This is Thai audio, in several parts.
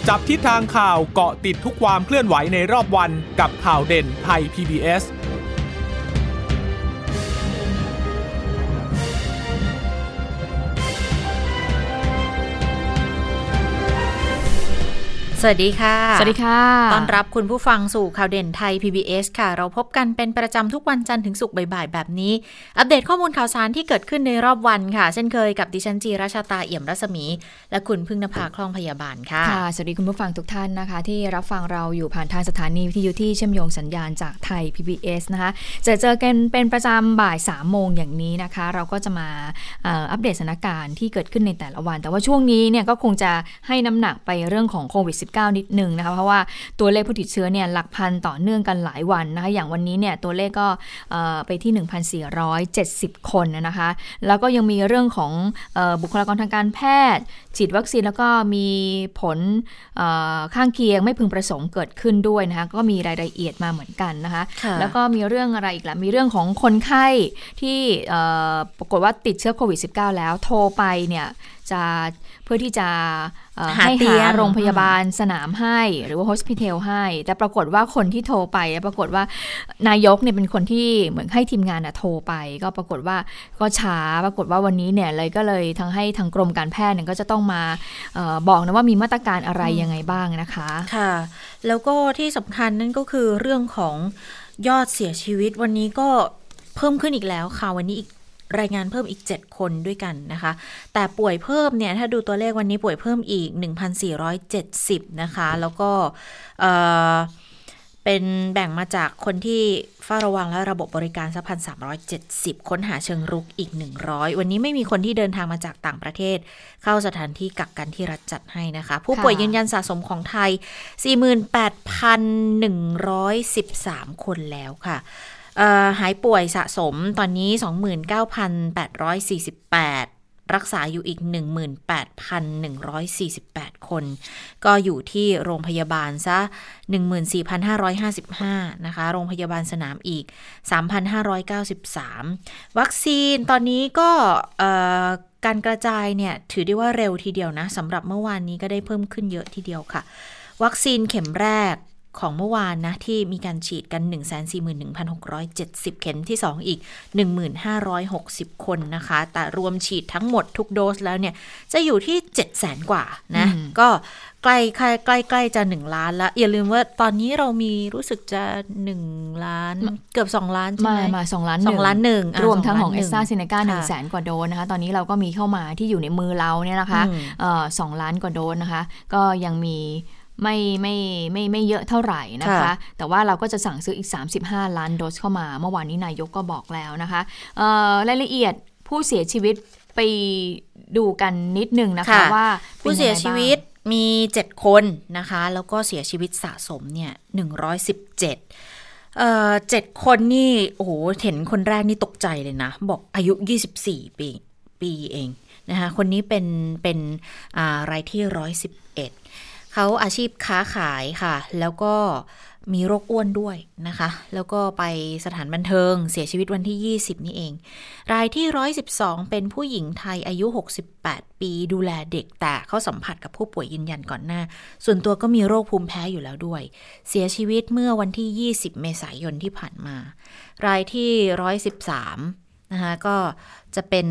จับทิศทางข่าวเกาะติดทุกความเคลื่อนไหวในรอบวันกับข่าวเด่นไทย PBS สวัสดีค่ะสวัสดีค่ะต้อนรับคุณผู้ฟังสู่ข่าวเด่นไทย PBS ค่ะเราพบกันเป็นประจำทุกวันจันทร์ถึงศุกร์บ่ายๆแบบนี้อัปเดตข้อมูลข่าวสารที่เกิดขึ้นในรอบวันค่ะเช่นเคยกับดิฉันจีราชาตาเอี่ยมรัศมีและคุณพึ่งนภาคล่องพยาบาลค่ะสวัสดีคุณผู้ฟังทุกท่านนะคะที่รับฟังเราอยู่ผ่านทางสถานีวิทยุที่เชื่อมโยงสัญญาณจากไทย PBS นะคะเจอกันเป็นประจำบ่าย 3 โมงอย่างนี้นะคะเราก็จะมาอัปเดตสถานการณ์ที่เกิดขึ้นในแต่ละวันแต่ว่าช่วงนี้เนี่ยก็คงจะให้น้ำหนักไปเรื่องของโควิด -19 นิดนึงนะคะเพราะว่าตัวเลขผู้ติดเชื้อเนี่ยหลักพันต่อเนื่องกันหลายวันนะคะอย่างวันนี้เนี่ยตัวเลขก็ไปที่ 1,470 คนนะคะแล้วก็ยังมีเรื่องของบุคลากรทางการแพทย์ฉีดวัคซีนแล้วก็มีผลข้างเคียงไม่พึงประสงค์เกิดขึ้นด้วยนะคะก็มีรายละเอียดมาเหมือนกันนะคะแล้วก็มีเรื่องอะไรอีกล่ะมีเรื่องของคนไข้ที่ปรากฏว่าติดเชื้อโควิด -19 แล้วโทรไปเนี่ยจะเพื่อที่จะให้หาโรงพยาบาลสนามให้หรือว่า hospital ให้แต่ปรากฏว่าคนที่โทรไปปรากฏว่านายกเนี่ยเป็นคนที่เหมือนให้ทีมงานโทรไปก็ปรากฏว่าก็ช้าปรากฏว่าวันนี้เนี่ยเลยทางกรมการแพทย์เนี่ยก็จะต้องมาบอกนะว่ามีมาตรการอะไรยังไงบ้างนะคะค่ะแล้วก็ที่สำคัญนั่นก็คือเรื่องของยอดเสียชีวิตวันนี้ก็เพิ่มขึ้นอีกแล้วค่ะวันนี้อีกรายงานเพิ่มอีก7คนด้วยกันนะคะแต่ป่วยเพิ่มเนี่ยถ้าดูตัวเลขวันนี้ป่วยเพิ่มอีก 1,470 นะคะแล้วก็เป็นแบ่งมาจากคนที่เฝ้าระวังและระบบบริการสัก 1,370 ค้นหาเชิงรุกอีก100วันนี้ไม่มีคนที่เดินทางมาจากต่างประเทศเข้าสถานที่กักกันที่รัฐจัดให้นะคะผู้ป่วยยืนยันสะสมของไทย 48,113 คนแล้วค่ะหายป่วยสะสมตอนนี้ 29,848 รักษาอยู่อีก 18,148 คนก็อยู่ที่โรงพยาบาลซะ 14,555 นะคะโรงพยาบาลสนามอีก 3,593 วัคซีนตอนนี้ก็การกระจายเนี่ยถือได้ว่าเร็วทีเดียวนะสำหรับเมื่อวานนี้ก็ได้เพิ่มขึ้นเยอะทีเดียวค่ะวัคซีนเข็มแรกของเมื่อวานนะที่มีการฉีดกัน 141,670 เข็มที่2อีก 1,560 คนนะคะแต่รวมฉีดทั้งหมดทุกโดสแล้วเนี่ยจะอยู่ที่ 700,000 กว่านะก็ใกล้จะ1ล้านแล้วอย่าลืมว่าตอนนี้เรามีรู้สึกจะ1ล้านเกือบ2ล้านใช่ไหมมา2ล้าน 1 รวมทั้งของ AstraZeneca 100,000 กว่าโดสนะคะตอนนี้เราก็มีเข้ามาที่อยู่ในมือเราเนี่ยนะคะ2ล้านกว่าโดสนะคะก็ยังมีไม่เยอะเท่าไหร่นะคะแต่ว่าเราก็จะสั่งซื้ออีก35ล้านโดสเข้ามาเมื่อวานนี้นายกก็บอกแล้วนะคะรายละเอียดผู้เสียชีวิตไปดูกันนิดนึงนะคะว่าผู้เสียชีวิตมี7คนนะคะแล้วก็เสียชีวิตสะสมเนี่ย117 7คนนี่โอ้โหเห็นคนแรกนี่ตกใจเลยนะบอกอายุ24ปีเองนะคะคนนี้เป็นรายที่111เขาอาชีพค้าขายค่ะแล้วก็มีโรคอ้วนด้วยนะคะแล้วก็ไปสถานบันเทิงเสียชีวิตวันที่20นี่เองรายที่112เป็นผู้หญิงไทยอายุ68ปีดูแลเด็กแต่เขาสัมผัสกับผู้ป่วยยืนยันก่อนหน้าส่วนตัวก็มีโรคภูมิแพ้อยู่แล้วด้วยเสียชีวิตเมื่อวันที่20เมษายนที่ผ่านมารายที่113นะคะก็จะเป็น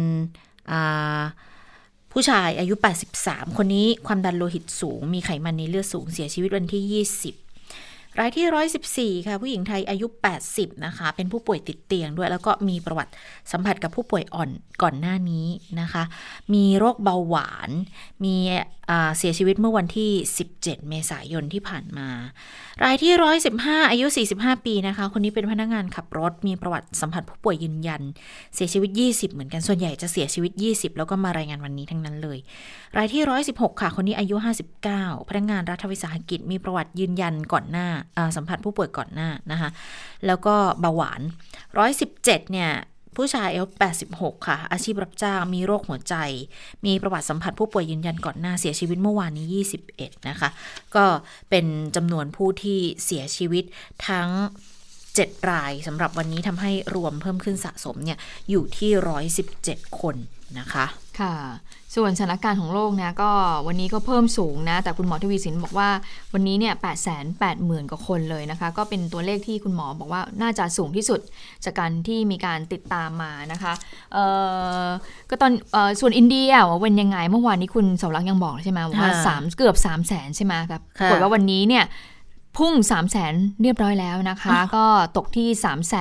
ผู้ชายอายุ83คนนี้ความดันโลหิตสูงมีไขมันในเลือดสูงเสียชีวิตวันที่20รายที่114ค่ะผู้หญิงไทยอายุ80นะคะเป็นผู้ป่วยติดเตียงด้วยแล้วก็มีประวัติสัมผัสกับผู้ป่วยอ่อนก่อนหน้านี้นะคะมีโรคเบาหวานมีเสียชีวิตเมื่อวันที่17เมษายนที่ผ่านมารายที่115อายุ45ปีนะคะคนนี้เป็นพนักงานขับรถมีประวัติสัมผัสผู้ป่วยยืนยันเสียชีวิต20เหมือนกันส่วนใหญ่จะเสียชีวิต20แล้วก็มารายงานวันนี้ทั้งนั้นเลยรายที่116ค่ะคนนี้อายุ59พนักงานรัฐวิสาหกิจมีประวัติยืนยันก่อนหน้าสัมผัสผู้ป่วยก่อนหน้านะคะแล้วก็เบาหวาน117เนี่ยผู้ชายอายุ86ค่ะอาชีพรับจ้างมีโรคหัวใจมีประวัติสัมผัสผู้ป่วยยืนยันก่อนหน้าเสียชีวิตเมื่อวานนี้21นะคะก็เป็นจำนวนผู้ที่เสียชีวิตทั้ง7รายสำหรับวันนี้ทำให้รวมเพิ่มขึ้นสะสมเนี่ยอยู่ที่117คนนะคะค่ะส่วนสถานการณ์ของโลกนะก็วันนี้ก็เพิ่มสูงนะแต่คุณหมอทวีสินบอกว่าวันนี้เนี่ย 880,000 กว่าคนเลยนะคะก็เป็นตัวเลขที่คุณหมอบอกว่าน่าจะสูงที่สุดจากการที่มีการติดตามมานะคะก็ตอนส่วนอินเดียว่าเป็นยังไงเมื่อวานนี้คุณเสารักษ์ยังบอกใช่ไหมว่าเกือบ 300,000 ใช่ไหมครับปรากฏว่าวันนี้เนี่ยพุ่ง 300,000 เรียบร้อยแล้วนะคะก็ตกที่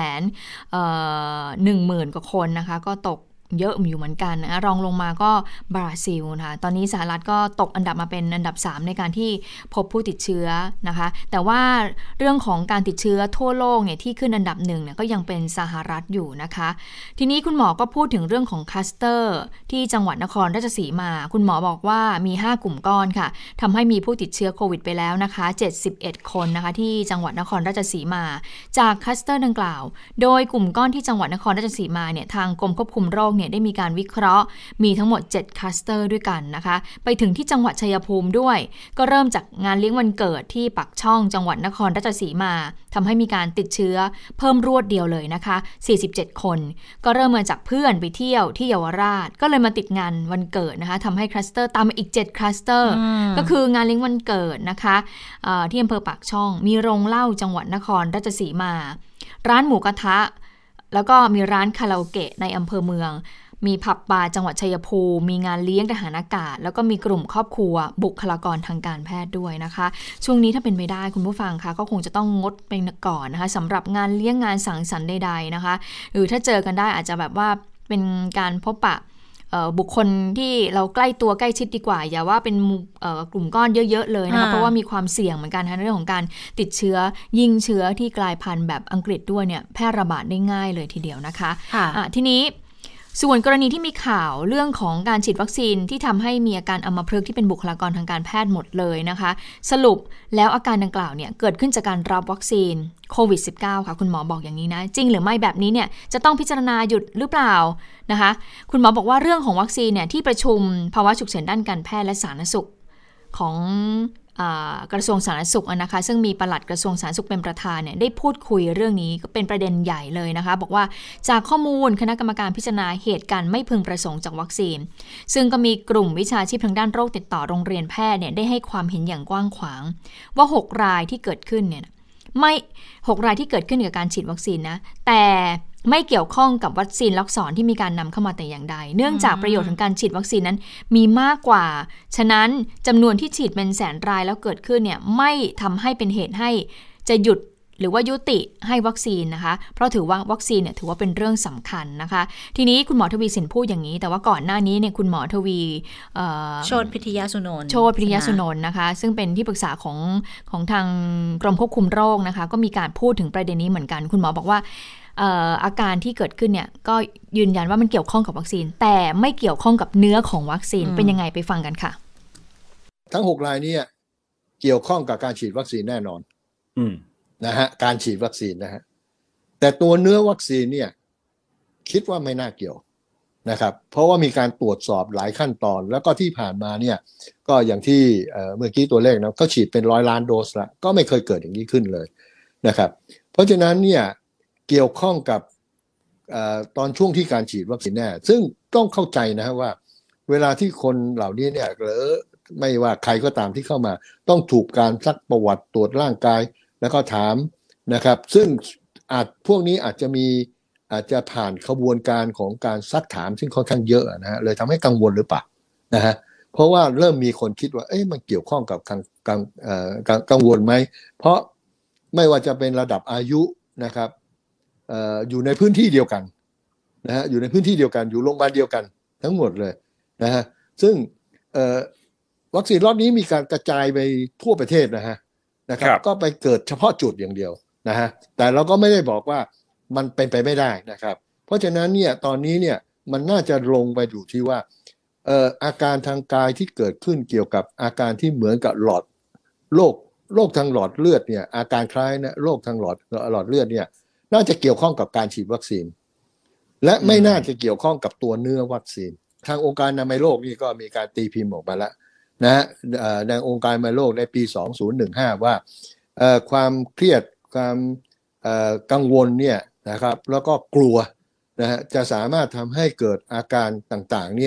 310,000 กว่าคนนะคะก็ตกเยอะอยู่เหมือนกันนะรองลงมาก็บราซิลนะคะตอนนี้สหรัฐก็ตกอันดับมาเป็นอันดับ3ในการที่พบผู้ติดเชื้อนะคะแต่ว่าเรื่องของการติดเชื้อทั่วโลกเนี่ยที่ขึ้นอันดับ1เนี่ยก็ยังเป็นสหรัฐอยู่นะคะทีนี้คุณหมอก็พูดถึงเรื่องของคลัสเตอร์ที่จังหวัดนครราชสีมาคุณหมอบอกว่ามี5กลุ่มก้อนค่ะทำให้มีผู้ติดเชื้อโควิดไปแล้วนะคะ71คนนะคะที่จังหวัดนครราชสีมาจากคลัสเตอร์ดังกล่าวโดยกลุ่มก้อนที่จังหวัดนครราชสีมาเนี่ยทางกรมควบคุมโรคได้มีการวิเคราะห์มีทั้งหมด7คลัสเตอร์ด้วยกันนะคะไปถึงที่จังหวัดชัยภูมิด้วยก็เริ่มจากงานเลี้ยงวันเกิดที่ปักช่องจังหวัดนครราชสีมาทำให้มีการติดเชื้อเพิ่มรวดเดียวเลยนะคะ47คนก็เริ่มมาจากเพื่อนไปเที่ยวที่เยาวราชก็เลยมาติดงานวันเกิดนะคะทำให้คลัสเตอร์ตามมาอีก7คลัสเตอร์ก็คืองานเลี้ยงวันเกิดนะคะที่อำเภอปากช่องมีโรงเหล้าจังหวัดนครราชสีมาร้านหมูกระทะแล้วก็มีร้านคาราโอเกะในอำเภอเมืองมีผับบาร์จังหวัดชัยภูมิมีงานเลี้ยงทหารอากาศแล้วก็มีกลุ่มครอบครัวบุคลากรทางการแพทย์ด้วยนะคะช่วงนี้ถ้าเป็นไปได้คุณผู้ฟังคะก็คงจะต้องงดไปก่อนนะคะสำหรับงานเลี้ยงงานสังสรรค์ใดๆนะคะหรือถ้าเจอกันได้อาจจะแบบว่าเป็นการพบปะบุคคลที่เราใกล้ตัวใกล้ชิดดีกว่าอย่าว่าเป็นกลุ่มก้อนเยอะๆเลยนะคะเพราะว่ามีความเสี่ยงเหมือนกันในเรื่องของการติดเชื้อยิ่งเชื้อที่กลายพันธุ์แบบอังกฤษด้วยเนี่ยแพร่ระบาดได้ง่ายเลยทีเดียวนะคะทีนี้ส่วนกรณีที่มีข่าวเรื่องของการฉีดวัคซีนที่ทำให้มีอาการอัมพฤกษ์ที่เป็นบุคลากรทางการแพทย์หมดเลยนะคะสรุปแล้วอาการดังกล่าวเนี่ยเกิดขึ้นจากการรับวัคซีนโควิด -19 ค่ะคุณหมอบอกอย่างนี้นะจริงหรือไม่แบบนี้เนี่ยจะต้องพิจารณาหยุดหรือเปล่านะคะคุณหมอบอกว่าเรื่องของวัคซีนเนี่ยที่ประชุมภาวะฉุกเฉินด้านการแพทย์และสาธารณสุขของกระทรวงสาธารณสุขนะคะซึ่งมีปลัดกระทรวงสาธารณสุขเป็นประธานเนี่ยได้พูดคุยเรื่องนี้ก็เป็นประเด็นใหญ่เลยนะคะบอกว่าจากข้อมูลคณะกรรมการพิจารณาเหตุการณ์ไม่พึงประสงค์จากวัคซีนซึ่งก็มีกลุ่มวิชาชีพทางด้านโรคติดต่อโรงเรียนแพทย์เนี่ยได้ให้ความเห็นอย่างกว้างขวางว่า6รายที่เกิดขึ้นเนี่ยไม่6รายที่เกิดขึ้นกับการฉีดวัคซีนนะแต่ไม่เกี่ยวข้องกับวัคซีนล็อก2ที่มีการนำเข้ามาแต่อย่างใดเนื่องจากประโยชน์ของการฉีดวัคซีนนั้นมีมากกว่าฉะนั้นจำนวนที่ฉีดเป็นแสนรายแล้วเกิดขึ้นเนี่ยไม่ทำให้เป็นเหตุให้จะหยุดหรือว่ายุติให้วัคซีนนะคะเพราะถือว่าวัคซีนเนี่ยถือว่าเป็นเรื่องสำคัญนะคะทีนี้คุณหมอทวีสินพูดอย่างนี้แต่ว่าก่อนหน้านี้เนี่ยคุณหมอทวีโชติพิทยาสุนนท์นะคะซึ่งเป็นที่ปรึกษาของทางกรมควบคุมโรคนะคะก็มีการพูดถึงประเด็นนี้เหมือนกันคุณหมอบอกว่าอาการที่เกิดขึ้นเนี่ยก็ยืนยันว่ามันเกี่ยวข้องกับวัคซีนแต่ไม่เกี่ยวข้องกับเนื้อของวัคซีนเป็นยังไงไปฟังกันค่ะทั้ง6รายนี้เกี่ยวข้องกับการฉีดวัคซีนแน่นอนนะฮะการฉีดวัคซีนนะฮะแต่ตัวเนื้อวัคซีนเนี่ยคิดว่าไม่น่าเกี่ยวนะครับเพราะว่ามีการตรวจสอบหลายขั้นตอนแล้วก็ที่ผ่านมาเนี่ยก็อย่างที่เมื่อกี้ตัวเลขนะก็ฉีดเป็น100 ล้านโดสละก็ไม่เคยเกิดอย่างนี้ขึ้นเลยนะครับเพราะฉะนั้นเนี่ยเกี่ยวข้องกับตอนช่วงที่การฉีดวัคซีนแน่ซึ่งต้องเข้าใจนะฮะว่าเวลาที่คนเหล่านี้เนี่ยหรือไม่ว่าใครก็ตามที่เข้ามาต้องถูกการซักประวัติตรวจร่างกายแล้วก็ถามนะครับซึ่งพวกนี้อาจจะผ่านขบวนการของการซักถามซึ่งค่อนข้างเยอะนะฮะเลยทำให้กังวลหรือเปล่านะฮะเพราะว่าเริ่มมีคนคิดว่ามันเกี่ยวข้องกับกังวลไหมเพราะไม่ว่าจะเป็นระดับอายุนะครับอยู่ในพื้นที่เดียวกันนะฮะอยู่ในพื้นที่เดียวกันอยู่โรงพยาบาลเดียวกันทั้งหมดเลยนะฮะซึ่งวัคซีนรอบนี้มีการกระจายไปทั่วประเทศนะครับก็ไปเกิดเฉพาะจุดอย่างเดียวนะฮะแต่เราก็ไม่ได้บอกว่ามันเป็นไปไม่ได้นะครับเพราะฉะนั้นเนี่ยตอนนี้เนี่ยมันน่าจะลงไปอยู่ที่ว่าอาการทางกายที่เกิดขึ้นเกี่ยวกับอาการที่เหมือนกับโรคทางหลอดเลือดเนี่ยอาการคล้ายนะโรคทางหลอดเลือดเนี่ยน่าจะเกี่ยวข้องกับการฉีดวัคซีนและไม่น่าจะเกี่ยวข้องกับตัวเนื้อวัคซีนทางองค์การอนามัยโลกนี่ก็มีการตีพิมพ์ออกมาแล้วนะฮะในองค์การอนามัยโลกในปี2015ว่าความเครียดความกังวลเนี่ยนะครับแล้วก็กลัวนะฮะจะสามารถทำให้เกิดอาการต่างๆเนี่ย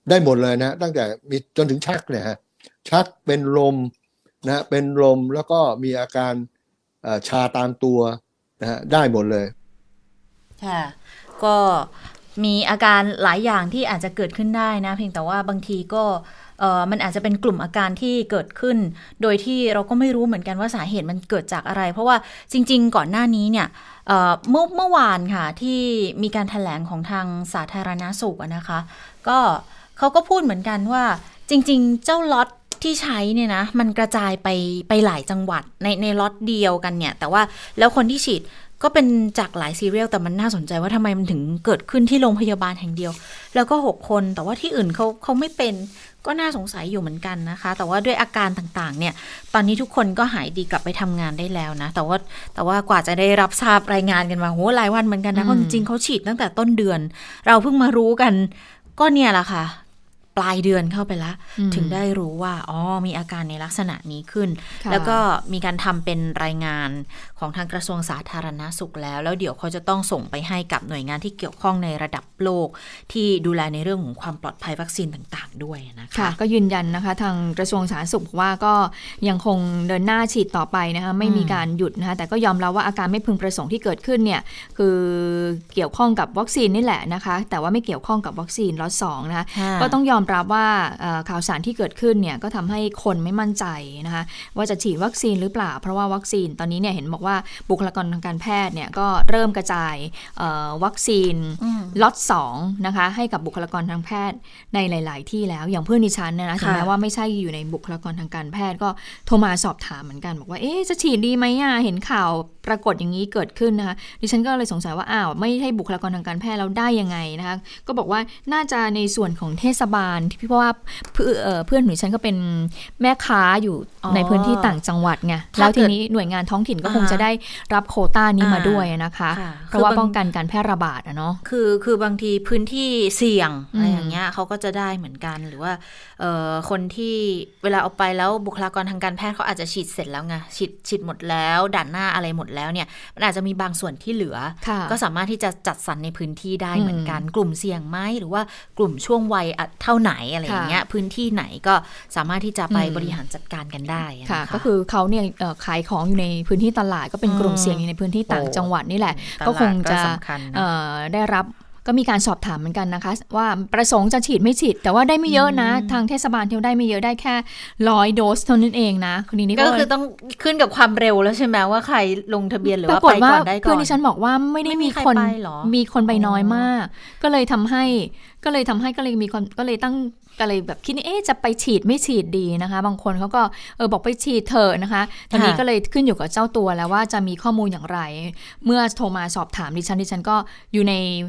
ได้หมดเลยนะตั้งแต่มีจนถึงชักเนี่ยฮะชักเป็นลมนะเป็นลมแล้วก็มีอาการชาตามตัวนะฮะได้หมดเลยค่ะก็มีอาการหลายอย่างที่อาจจะเกิดขึ้นได้นะเพียงแต่ว่าบางทีก็มันอาจจะเป็นกลุ่มอาการที่เกิดขึ้นโดยที่เราก็ไม่รู้เหมือนกันว่าสาเหตุมันเกิดจากอะไรเพราะว่าจริงๆก่อนหน้านี้เนี่ยเมื่อวานค่ะที่มีการแถลงของทางสาธารณสุขนะคะก็เขาก็พูดเหมือนกันว่าจริงๆเจ้าล็อตที่ใช้เนี่ยนะมันกระจายไปหลายจังหวัดในล็อตเดียวกันเนี่ยแต่ว่าแล้วคนที่ฉีดก็เป็นจากหลายซีเรียลแต่มันน่าสนใจว่าทำไมมันถึงเกิดขึ้นที่โรงพยาบาลแห่งเดียวแล้วก็6คนแต่ว่าที่อื่นเขาไม่เป็นก็น่าสงสัยอยู่เหมือนกันนะคะแต่ว่าด้วยอาการต่างๆเนี่ยตอนนี้ทุกคนก็หายดีกลับไปทำงานได้แล้วนะแต่ว่ากว่าจะได้รับทราบรายงานกันมาโหหลายวันเหมือนกันนะเพราะจริงๆเขาฉีดตั้งแต่ต้นเดือนเราเพิ่งมารู้กันก็เนี่ยแหละค่ะปลายเดือนเข้าไปแล้วถึงได้รู้ว่ามีอาการในลักษณะนี้ขึ้นแล้วก็มีการทำเป็นรายงานของทางกระทรวงสาธารณสุขแล้วเดี๋ยวเขาจะต้องส่งไปให้กับหน่วยงานที่เกี่ยวข้องในระดับโลกที่ดูแลในเรื่องของความปลอดภัยวัคซีนต่างๆด้วยนะคะก็ยืนยันนะคะทางกระทรวงสาธารณสุขว่าก็ยังคงเดินหน้าฉีดต่อไปนะคะไม่มีการหยุดนะคะแต่ก็ยอมรับว่าอาการไม่พึงประสงค์ที่เกิดขึ้นเนี่ยคือเกี่ยวข้องกับวัคซีนนี่แหละนะคะแต่ว่าไม่เกี่ยวข้องกับวัคซีนล็อต2นะคะก็ต้องยอมรับว่าข่าวสารที่เกิดขึ้นเนี่ยก็ทำให้คนไม่มั่นใจนะคะว่าจะฉีดวัคซีนหรือเปล่าเพราะว่าวัคซีนตอนนี้เนี่ยเห็นบอกว่าบุคลากรทางการแพทย์เนี่ยก็เริ่มกระจายวัคซีนล็อต2นะคะให้กับบุคลากรทางแพทย์ในหลายๆที่แล้วอย่างเพื่อนดิฉันเนี่ยนะถึงแม้ว่าไม่ใช่อยู่ในบุคลากรทางการแพทย์ก็โทรมาสอบถามเหมือนกันบอกว่าจะฉีดดีไหมเห็นข่าวปรากฏอย่างนี้เกิดขึ้นนะคะดิฉันก็เลยสงสัยว่าไม่ให้บุคลากรทางการแพทย์แล้วได้ยังไงนะคะก็บอกว่าน่าจะในส่วนของเทศบาลเพราะว่าเพื่อนของดิฉันก็เป็นแม่ค้าอยู่ในพื้นที่ต่างจังหวัดไงแล้วทีนี้หน่วยงานท้องถิ่นก็คงจะได้รับโควต้านี้มาด้วยนะคะเพราะว่าป้องกันการแพร่ระบาดเนาะคือบางทีพื้นที่เสี่ยงอะไรอย่างเงี้ยเขาก็จะได้เหมือนกันหรือว่าคนที่เวลาเอาไปแล้วบุคลากรทางการแพทย์เขาอาจจะฉีดเสร็จแล้วไงฉีดหมดแล้วด่านหน้าอะไรหมดแล้วเนี่ยมันอาจจะมีบางส่วนที่เหลือก็สามารถที่จะจัดสรรในพื้นที่ได้เหมือนกันกลุ่มเสี่ยงไหมหรือว่ากลุ่มช่วงวัยเท่าไหนอะไรอย่างเงี้ยพื้นที่ไหนก็สามารถที่จะไปบริหารจัดการกันได้ค่ะก็คือเขาเนี่ยขายของอยู่ในพื้นที่ตลาดก็เป็นกลุ่มเสี่ยงอยู่ในพื้นที่ต่างจังหวัดนี่แหละก็คงจะได้รับก็มีการสอบถามเหมือนกันนะคะว่าประสงค์จะฉีดไม่ฉีดแต่ว่าได้ไม่เยอะนะทางเทศบาลเที่ยวได้ไม่เยอะได้แค่100 โดสเท่านั้นเองนะคนนี้ก็คือต้องขึ้นกับความเร็วแล้วใช่ไหมว่าใครลงทะเบียนหรือว่าไปก่อนได้ก่อนเพื่อนที่ฉันบอกว่าไม่ได้มีคนไปน้อยมากก็เลยทำให้ก็เลยมีคนก็เลยแบบคิดจะไปฉีดไม่ฉีดดีนะคะบางคนเขาก็บอกไปฉีดเถอะนะคะทีนี้ก็เลยขึ้นอยู่กับเจ้าตัวแล้วว่าจะมีข้อมูลอย่างไรเมื่อโทรมาสอบถามดิฉันก็อยู่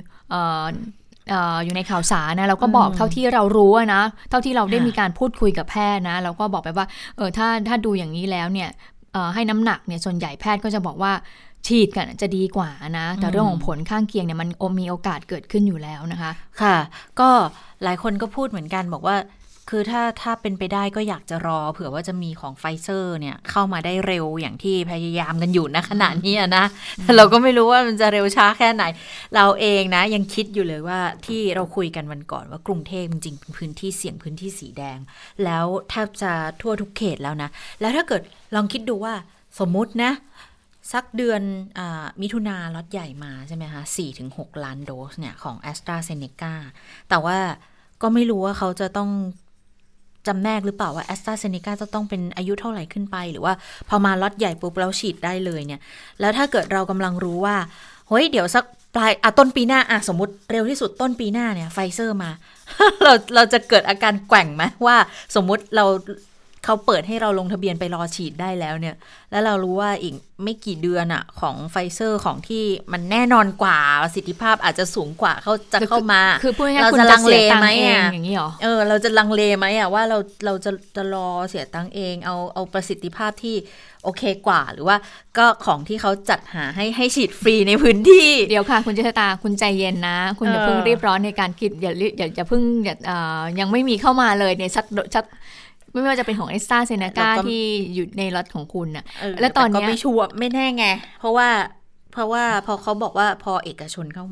ในข่าวสารนะเราก็บอกเท่าที่เรารู้นะเท่าที่เราได้มีการพูดคุยกับแพทย์นะเราก็บอกไปว่าถ้าดูอย่างนี้แล้วเนี่ยให้น้ำหนักเนี่ยส่วนใหญ่แพทย์ก็จะบอกว่าฉีดกันจะดีกว่านะแต่เรื่องของผลข้างเคียงเนี่ยมันมีโอกาสเกิดขึ้นอยู่แล้วนะคะค่ะก็หลายคนก็พูดเหมือนกันบอกว่าคือถ้าเป็นไปได้ก็อยากจะรอเผื่อว่าจะมีของไฟเซอร์เนี่ยเข้ามาได้เร็วอย่างที่พยายามกันอยู่ณขณะนี้นะเราก็ไม่รู้ว่ามันจะเร็วช้าแค่ไหนเราเองนะยังคิดอยู่เลยว่าที่เราคุยกันวันก่อนว่ากรุงเทพจริงๆเป็นพื้นที่เสี่ยงพื้นที่สีแดงแล้วแทบจะทั่วทุกเขตแล้วนะแล้วถ้าเกิดลองคิดดูว่าสมมุตินะสักเดือนมิถุนาล็อตใหญ่มาใช่ไหมคะ 4-6 ล้านโดสเนี่ยของ AstraZeneca แต่ว่าก็ไม่รู้ว่าเขาจะต้องจำแนกหรือเปล่าว่า AstraZeneca จะต้องเป็นอายุเท่าไหร่ขึ้นไปหรือว่าพอมาล็อตใหญ่ปุ๊บเราฉีดได้เลยเนี่ยแล้วถ้าเกิดเรากำลังรู้ว่าเฮ้ยเดี๋ยวสักปลายต้นปีหน้าสมมติเร็วที่สุดต้นปีหน้าเนี่ยไฟเซอร์มา เราจะเกิดอาการแกว่งไหมว่าสมมุติเขาเปิดให้เราลงทะเบียนไปรอฉีดได้แล้วเนี่ยแล้วเรารู้ว่าอีกไม่กี่เดือนของไฟเซอร์ของที่มันแน่นอนกว่าประสิทธิภาพอาจจะสูงกว่าเขาจะเข้ามาคือพูดง่ายๆคุณจะเสียตังค์เองอย่างนี้หรอเราจะลังเลไหมว่าเราจะรอเสียตังค์เองเอาประสิทธิภาพที่โอเคกว่าหรือว่าก็ของที่เขาจัดหาให้ฉีดฟรีในพื้นที่เดี๋ยวค่ะคุณเจษตาคุณใจเย็นนะคุณอย่าเพิ่งรีบร้อนในการคิดอย่าเพิ่งยังไม่มีเข้ามาเลยในชัดไม่ว่าจะเป็นของเอสตราเซเนกาที่อยู่ในล็อตของคุณน่ะแล้วตอนนี้ก็ไม่ชัวร์ไม่แน่ไงเพราะว่าพอเขาบอกว่าพอเอกชนเข้ามา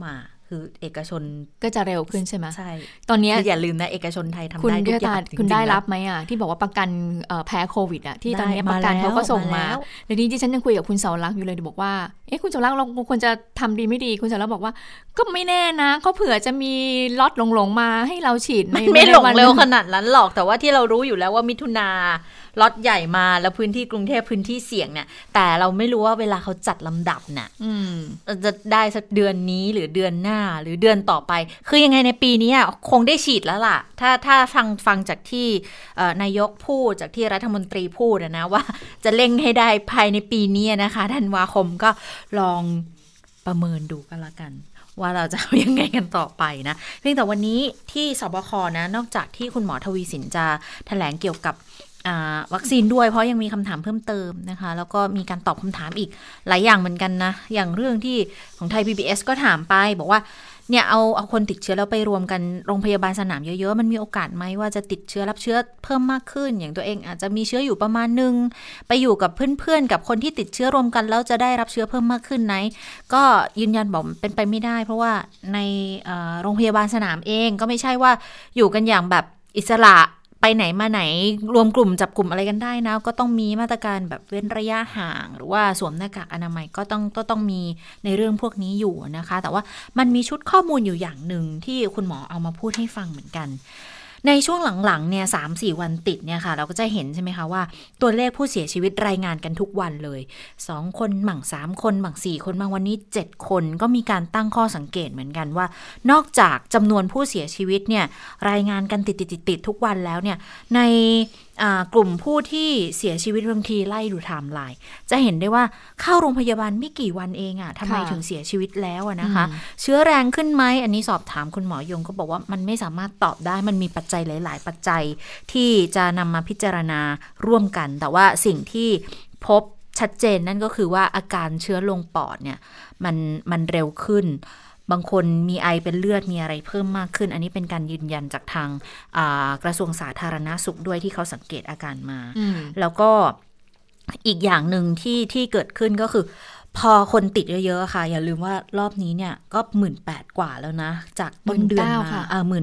คือเอกชนก็จะเร็วขึ้นใช่ไหมใช่ตอนนี้อย่าลืมนะเอกชนไทยทำได้ทุกอย่างคุณได้รับไหมอ่ะที่บอกว่าประกันแพ้โควิดอ่ะที่ตอนนี้ประกันเขาก็ส่งมาในนี้ที่ฉันยังคุยกับคุณเสารักษ์อยู่เลยบอกว่าคุณเสารักษ์เราควรจะทำดีไม่ดีคุณเสารักษ์บอกว่าก็ไม่แน่นะเขาเผื่อจะมีล็อตหลงๆมาให้เราฉีดไม่หลงเร็วขนาดนั้นหรอกแต่ว่าที่เรารู้อยู่แล้วว่ามิถุนาล็อตใหญ่มาแล้วพื้นที่กรุงเทพพื้นที่เสี่ยงเนี่ยแต่เราไม่รู้ว่าเวลาเขาจัดลำดับเนี่ยจะได้สักเดือนนี้หรือเดือนหน้าหรือเดือนต่อไปคือยังไงในปีนี้คงได้ฉีดแล้วล่ะถ้าฟังจากที่นายกพูดจากที่รัฐมนตรีพูดนะว่าจะเร่งให้ได้ภายในปีนี้นะคะธันวาคมก็ลองประเมินดูก็แล้วกันว่าเราจะยังไงกันต่อไปนะเพียงแต่วันนี้ที่สบคนะนอกจากที่คุณหมอทวีสินจะแถลงเกี่ยวกับวัคซีนด้วยเพราะยังมีคำถามเพิ่มเติมนะคะแล้วก็มีการตอบคำถามอีกหลายอย่างเหมือนกันนะอย่างเรื่องที่ของไทย PBS ก็ถามไปบอกว่าเนี่ยเอาคนติดเชื้อแล้วไปรวมกันโรงพยาบาลสนามเยอะๆมันมีโอกาสไหมว่าจะติดเชื้อรับเชื้อเพิ่มมากขึ้นอย่างตัวเองอาจจะมีเชื้ออยู่ประมาณนึงไปอยู่กับเพื่อนๆกับคนที่ติดเชื้อรวมกันแล้วจะได้รับเชื้อเพิ่มมากขึ้นไหนก็ยืนยันบอกเป็นไปไม่ได้เพราะว่าในโรงพยาบาลสนามเองก็ไม่ใช่ว่าอยู่กันอย่างแบบอิสระไปไหนมาไหนรวมกลุ่มจับกลุ่มอะไรกันได้นะก็ต้องมีมาตรการแบบเว้นระยะห่างหรือว่าสวมหน้ากากอนามัยก็ต้องมีในเรื่องพวกนี้อยู่นะคะแต่ว่ามันมีชุดข้อมูลอยู่อย่างหนึ่งที่คุณหมอเอามาพูดให้ฟังเหมือนกันในช่วงหลังๆเนี่ย 3-4 วันติดเนี่ยค่ะเราก็จะเห็นใช่ไหมคะว่าตัวเลขผู้เสียชีวิตรายงานกันทุกวันเลย2คนมั่ง3คนมั่ง4คนบางวันนี้7คนก็มีการตั้งข้อสังเกตเหมือนกันว่านอกจากจำนวนผู้เสียชีวิตเนี่ยรายงานกันติดทุกวันแล้วเนี่ยในกลุ่มผู้ที่เสียชีวิตบางทีไล่ดูไทม์ไลน์จะเห็นได้ว่าเข้าโรงพยาบาลไม่กี่วันเองทำไมถึงเสียชีวิตแล้วนะคะเชื้อแรงขึ้นไหมอันนี้สอบถามคุณหมอยงก็บอกว่ามันไม่สามารถตอบได้มันมีปัจจัยหลายๆปัจจัยที่จะนำมาพิจารณาร่วมกันแต่ว่าสิ่งที่พบชัดเจนนั่นก็คือว่าอาการเชื้อลงปอดเนี่ยมันเร็วขึ้นบางคนมีไอเป็นเลือดมีอะไรเพิ่มมากขึ้นอันนี้เป็นการยืนยันจากทางกระทรวงสาธารณสุขด้วยที่เขาสังเกตอาการมาแล้วก็อีกอย่างหนึ่งที่เกิดขึ้นก็คือพอคนติดเยอะๆค่ะอย่าลืมว่ารอบนี้เนี่ยก็ 18,000 กว่าแล้วนะจากต้นเดือนมา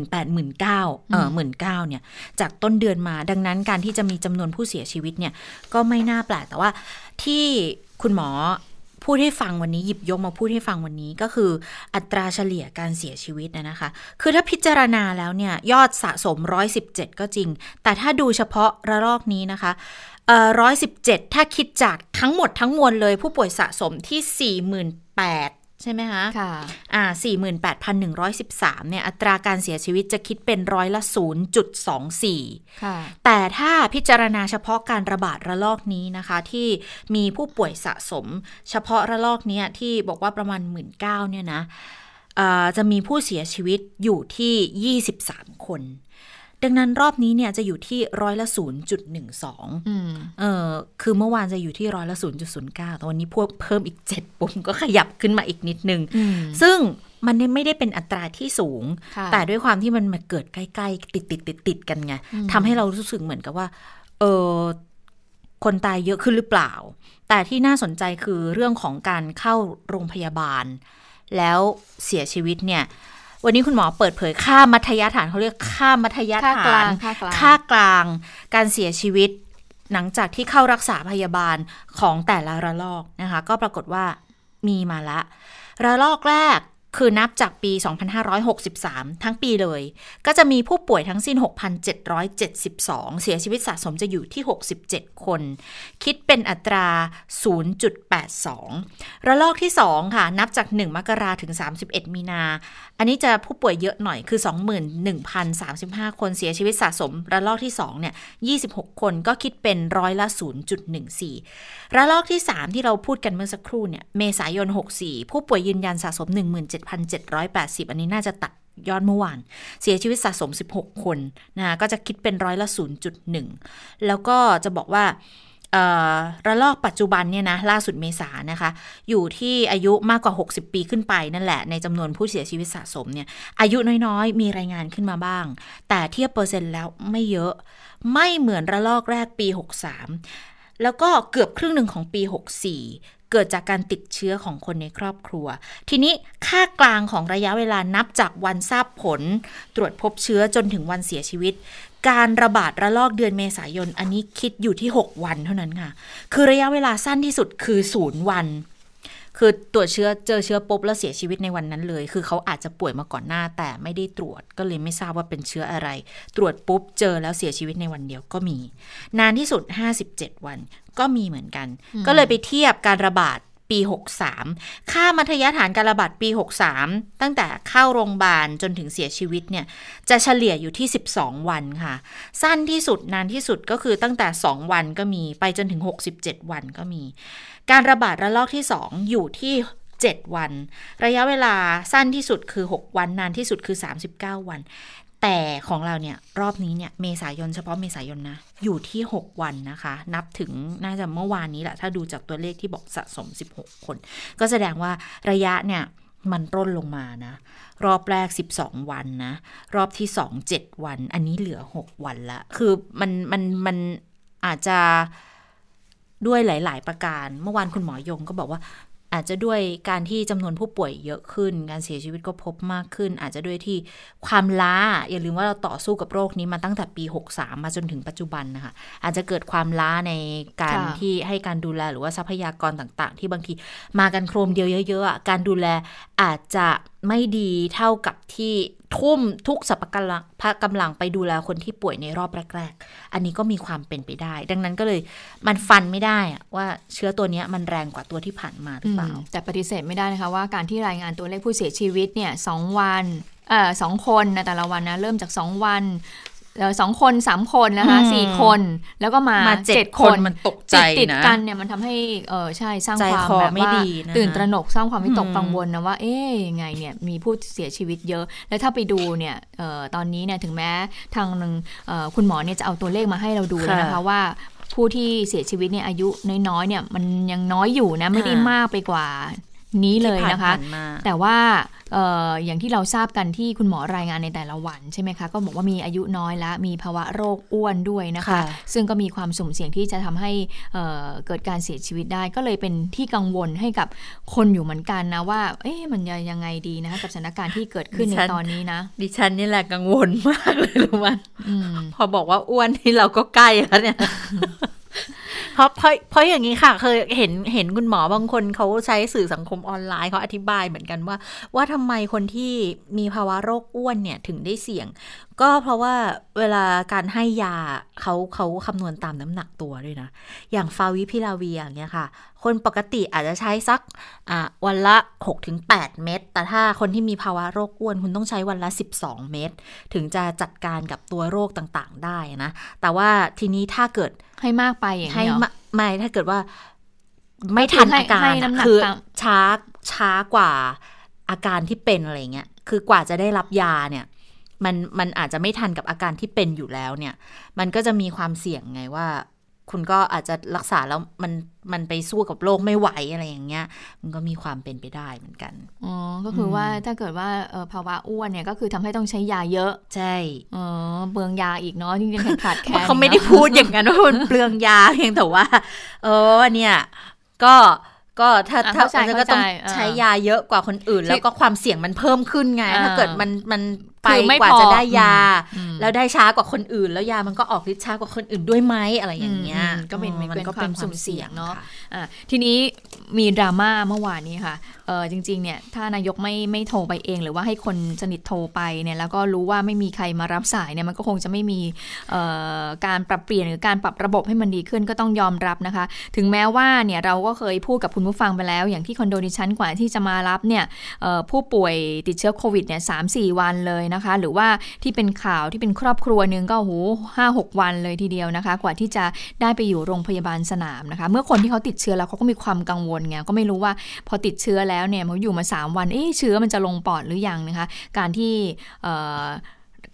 19,000เนี่ยจากต้นเดือนมาดังนั้นการที่จะมีจำนวนผู้เสียชีวิตเนี่ยก็ไม่น่าแปลกแต่ว่าที่คุณหมอพูดให้ฟังวันนี้หยิบยกมาพูดให้ฟังวันนี้ก็คืออัตราเฉลี่ยการเสียชีวิตนะคะคือถ้าพิจารณาแล้วเนี่ยยอดสะสม117ก็จริงแต่ถ้าดูเฉพาะระลอกนี้นะคะ117ถ้าคิดจากทั้งหมดทั้งมวลเลยผู้ป่วยสะสมที่ 48,000 ใช่ไหมคะค่ะ 48,113 เนี่ยอัตราการเสียชีวิตจะคิดเป็น0.24% ค่ะแต่ถ้าพิจารณาเฉพาะการระบาดระลอกนี้นะคะที่มีผู้ป่วยสะสมเฉพาะระลอกนี้ที่บอกว่าประมาณ 19,000 เนี่ยนะจะมีผู้เสียชีวิตอยู่ที่23คนดังนั้นรอบนี้เนี่ยจะอยู่ที่0.12%คือเมื่อวานจะอยู่ที่0.09%แต่วันนี้เพิ่มอีก7ปุ่มก็ขยับขึ้นมาอีกนิดนึงซึ่งมันไม่ได้เป็นอัตราที่สูงแต่ด้วยความที่มันมาเกิดใกล้ๆติดกันไงทำให้เรารู้สึกเหมือนกับว่าคนตายเยอะขึ้นหรือเปล่าแต่ที่น่าสนใจคือเรื่องของการเข้าโรงพยาบาลแล้วเสียชีวิตเนี่ยวันนี้คุณหมอเปิดเผยค่ามัธยฐานเขาเรียกค่ามัธยฐานค่ากลางการเสียชีวิตหลังจากที่เข้ารักษาพยาบาลของแต่ละระลอกนะคะก็ปรากฏว่ามีมาละระลอกแรกคือนับจากปี 2563 ทั้งปีเลยก็จะมีผู้ป่วยทั้งสิ้น 6,772 เสียชีวิตสะสมจะอยู่ที่67คนคิดเป็นอัตรา 0.82 ระลอกที่2ค่ะนับจาก1มกราคมถึง31มีนาอันนี้จะผู้ป่วยเยอะหน่อยคือ 21,035 คนเสียชีวิตสะสมระลอกที่2เนี่ย26คนก็คิดเป็น0.14%ระลอกที่3ที่เราพูดกันเมื่อสักครู่เนี่ยเมษายน64ผู้ป่วยยืนยันสะสม 17,780 อันนี้น่าจะตัดยอดเมื่อวานเสียชีวิตสะสม16คนนะคะก็จะคิดเป็น0.1%แล้วก็จะบอกว่าระลอกปัจจุบันเนี่ยนะล่าสุดเมษานะคะอยู่ที่อายุมากกว่า60ปีขึ้นไปนั่นแหละในจำนวนผู้เสียชีวิตสะสมเนี่ยอายุน้อยๆมีรายงานขึ้นมาบ้างแต่เทียบเปอร์เซ็นต์แล้วไม่เยอะไม่เหมือนระลอกแรกปี63 แล้วก็เกือบครึ่งหนึ่งของปี64เกิดจากการติดเชื้อของคนในครอบครัวทีนี้ค่ากลางของระยะเวลานับจากวันทราบผลตรวจพบเชื้อจนถึงวันเสียชีวิตการระบาดระลอกเดือนเมษายนอันนี้คิดอยู่ที่6วันเท่านั้นค่ะคือระยะเวลาสั้นที่สุดคือ0วันคือตรวจเชื้อเจอเชื้อปุ๊บแล้วเสียชีวิตในวันนั้นเลยคือเขาอาจจะป่วยมาก่อนหน้าแต่ไม่ได้ตรวจก็เลยไม่ทราบว่าเป็นเชื้ออะไรตรวจปุ๊บเจอแล้วเสียชีวิตในวันเดียวก็มีนานที่สุด57วันก็มีเหมือนกันก็เลยไปเทียบการระบาดปี63ค่ามัธยฐานการระบาดปี63ตั้งแต่เข้าโรงพยาบาลจนถึงเสียชีวิตเนี่ยจะเฉลี่ยอยู่ที่12วันค่ะสั้นที่สุดนานที่สุดก็คือตั้งแต่2วันก็มีไปจนถึง67วันก็มีการระบาดระลอกที่2อยู่ที่7วันระยะเวลาสั้นที่สุดคือ6วันนานที่สุดคือ39วันแต่ของเราเนี่ยรอบนี้เนี่ยเมษายนเฉพาะเมษายนนะอยู่ที่6วันนะคะนับถึงน่าจะเมื่อวานนี้แหละถ้าดูจากตัวเลขที่บอกสะสม16คนก็แสดงว่าระยะเนี่ยมันร่นลงมานะรอบแรก12วันนะรอบที่2 7วันอันนี้เหลือ6วันละคือมันอาจจะด้วยหลายๆประการเมื่อวานคุณหมอยงก็บอกว่าอาจจะด้วยการที่จำนวนผู้ป่วยเยอะขึ้นการเสียชีวิตก็พบมากขึ้นอาจจะด้วยที่ความล้าอย่าลืมว่าเราต่อสู้กับโรคนี้มาตั้งแต่ปี63มาจนถึงปัจจุบันนะคะอาจจะเกิดความล้าในการที่ให้การดูแลหรือว่าทรัพยากรต่างๆที่บางทีมากันโครมเดียวเยอะๆการดูแลอาจจะไม่ดีเท่ากับที่ทุ่มทุกสรรพกำลังไปดูแลคนที่ป่วยในรอบแรกๆอันนี้ก็มีความเป็นไปได้ดังนั้นก็เลยมันฟันไม่ได้ว่าเชื้อตัวนี้มันแรงกว่าตัวที่ผ่านมาหรือเปล่าแต่ปฏิเสธไม่ได้นะคะว่าการที่รายงานตัวเลขผู้เสียชีวิตเนี่ย2วัน2คนในแต่ละวันนะเริ่มจาก2วัน2คน3คนนะคะ4คนแล้วก็มา7คนมันตกใจนะติดกันเนี่ยมันทำให้ใช่สร้างความแบบว่าตื่นตระหนกสร้างความวิตกกังวลนะว่ายังไงเนี่ยมีผู้เสียชีวิตเยอะแล้วถ้าไปดูเนี่ยตอนนี้เนี่ยถึงแม้ทางคุณหมอเนี่ยจะเอาตัวเลขมาให้เราดูแล้วนะคะว่าผู้ที่เสียชีวิตเนี่ยอายุน้อยๆเนี่ยมันยังน้อยอยู่นะไม่ได้มากไปกว่านี้เลยนะคะแต่ว่าอย่างที่เราทราบกันที่คุณหมอรายงานในแต่ละวันใช่ไหมคะก็บอกว่ามีอายุน้อยและมีภาวะโรคอ้วนด้วยนะคะซึ่งก็มีความสุ่มเสี่ยงที่จะทำให้เกิดการเสียชีวิตได้ก็เลยเป็นที่กังวลให้กับคนอยู่เหมือนกันนะว่ามันยังไงดีนะคะกับสถานการณ์ที่เกิดขึ้นในตอนนี้นะดิฉันนี่แหละกังวลมากเลยรู้มั้ยพอบอกว่าอ้วนที่เราก็ใกล้แล้วเนี่ยเพราะอย่างนี้ค่ะเคยเห็นคุณหมอบางคนเขาใช้สื่อสังคมออนไลน์เขาอธิบายเหมือนกันว่าทำไมคนที่มีภาวะโรคอ้วนเนี่ยถึงได้เสี่ยงก็เพราะว่าเวลาการให้ยาเขาคำนวณตามน้ำหนักตัวด้วยนะอย่างฟาวิพิลาเวียอย่างเงี้ยค่ะคนปกติอาจจะใช้สักวันละ 6-8 เม็ดแต่ถ้าคนที่มีภาวะโรคอ้วนคุณต้องใช้วันละ12 เม็ดถึงจะจัดการกับตัวโรคต่างๆได้นะแต่ว่าทีนี้ถ้าเกิดให้มากไปอย่างนี้ไม่ถ้าเกิดว่าไม่ทันอาการคือช้ากว่าอาการที่เป็นอะไรเงี้ยคือกว่าจะได้รับยาเนี่ยมันอาจจะไม่ทันกับอาการที่เป็นอยู่แล้วเนี่ยมันก็จะมีความเสี่ยงไงว่าคุณก็อาจจะรักษาแล้วมันไปสู้กับโรคไม่ไหวอะไรอย่างเงี้ยมันก็มีความเป็นไปได้เหมือนกันก็คือว่าถ้าเกิดว่าภาวะอ้วนเนี่ยก็คือทำให้ต้องใช้ยาเยอะใช่เปลืองยาอีกเนาะจริงๆขาดแคลนเขาไม่ได้พูดอย่างนั้นว่ามันเปลืองยาเพียงแต่ว่าเนี่ยก็ถ้าจะก็ต้องใช้ยาเยอะกว่าคนอื่นแล้วก็ความเสี่ยงมันเพิ่มขึ้นไงถ้าเกิดมันไปกว่าจะได้ยาแล้วได้ช้ากว่าคนอื่นแล้วยามันก็ออกฤทธิ์ช้ากว่าคนอื่นด้วยไหมอะไรอย่างเงี้ยก็เป็นความสุ่มเสี่ยงเนาะทีนี้มีดราม่าเมื่อวานนี้ค่ะจริงๆเนี่ยถ้านายกไม่โทรไปเองหรือว่าให้คนสนิทโทรไปเนี่ยแล้วก็รู้ว่าไม่มีใครมารับสายเนี่ยมันก็คงจะไม่มีการปรับเปลี่ยนหรือการปรับระบบให้มันดีขึ้นก็ต้องยอมรับนะคะถึงแม้ว่าเนี่ยเราก็เคยพูดกับคุณผู้ฟังไปแล้วอย่างที่คอนโดดิชั่นกว่าที่จะมารับเนี่ยผู้ป่วยติดเชื้อโควิดเนี่ย 3-4 วันเลยนะคะหรือว่าที่เป็นข่าวที่เป็นครอบครัวนึงก็โห 5-6 วันเลยทีเดียวนะคะกว่าที่จะได้ไปอยู่โรงพยาบาลสนามนะคะเมื่อคนที่เขาติดเชื้อแล้วเขาก็มีความกังวลไงก็ไม่รู้ว่าพอติดเชื้อแล้วเนี่ยมันอยู่มา3วันเชื้อมันจะลงปอดหรือยังนะคะการที่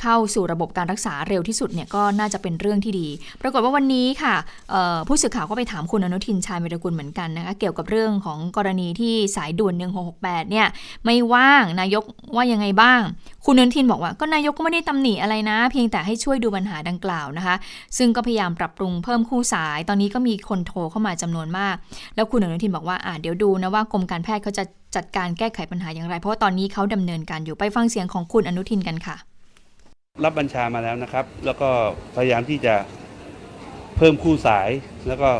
เข้าสู่ระบบการรักษาเร็วที่สุดเนี่ยก็น่าจะเป็นเรื่องที่ดีปรากฏว่าวันนี้ค่ะผู้สื่อข่าวก็ไปถามคุณอนุทินชาญวีรกุลเหมือนกันนะคะเกี่ยวกับเรื่องของกรณีที่สายด่วน1668เนี่ยไม่ว่างนายกว่ายังไงบ้างคุณอนุทินบอกว่าก็นายกก็ไม่ได้ตำหนิอะไรนะเพียงแต่ให้ช่วยดูปัญหาดังกล่าวนะคะซึ่งก็พยายามปรับปรุงเพิ่มคู่สายตอนนี้ก็มีคนโทรเข้ามาจำนวนมากแล้วคุณอนุทินบอกว่าเดี๋ยวดูนะว่ากรมการแพทย์เขาจะจัดการแก้ไขปัญหาอย่างไรเพราะว่าตอนนี้เขาดำเนินการอยู่ไปฟังเสียงของคุณอนุทินกันค่ะรับบัญชามาแล้วนะครับแล้วก็พยายามที่จะเพิ่มคู่สายแล้วก็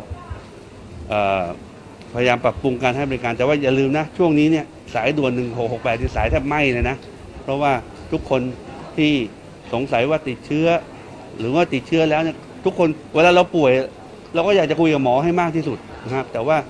พยายามปรับปรุงการให้บริการแต่ว่าอย่าลืมนะช่วงนี้เนี่ยสายด่วน1668ที่สายแทบไหม้เลยนะเพราะว่าทุกคนที่สงสัยว่าติดเชื้อหรือว่าติดเชื้อแล้วเนี่ยทุกคนเวลาเราป่วยเราก็อยากจะคุยกับหมอให้มากที่สุดนะครับแต่ว่า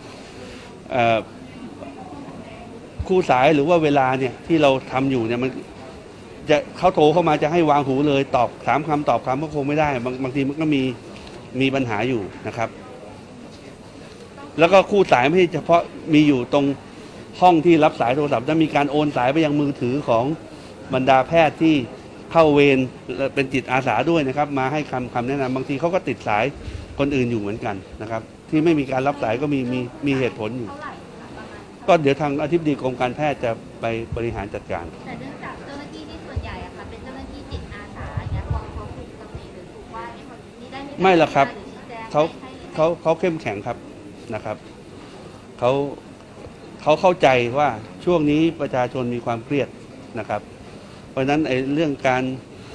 คู่สายหรือว่าเวลาเนี่ยที่เราทำอยู่เนี่ยมันจะเขาโทรเข้ามาจะให้วางหูเลยตอบ3 คำตอบคำก็คงไม่ได้บางทีมันก็มีปัญหาอยู่นะครับแล้วก็คู่สายไม่ใช่เฉพาะมีอยู่ตรงห้องที่รับสายโทรศัพท์จะมีการโอนสายไปยังมือถือของบรรดาแพทย์ที่เข้าเวรเป็นจิตอาสาด้วยนะครับมาให้คำแนะนำบางทีเขาก็ติดสายคนอื่นอยู่เหมือนกันนะครับที่ไม่มีการรับสายก็มีเหตุผลอยู่ก็เดี๋ยวทางอธิบดีกรมการแพทย์จะไปบริหารจัดการแต่เนื่องจากเจ้าหน้าที่ที่ส่วนใหญ่อะค่ะเป็นเจ้าหน้าที่จิตอาสาอย่างเงี้ยพอเขาถูกตำหนิหรือถูกว่าเนี่ยนี่ได้ไม่หรอกครับเขาเข้มแข็งครับนะครับเขาเข้าใจว่าช่วงนี้ประชาชนมีความเครียดนะครับเพราะฉะนั้นเรื่องการ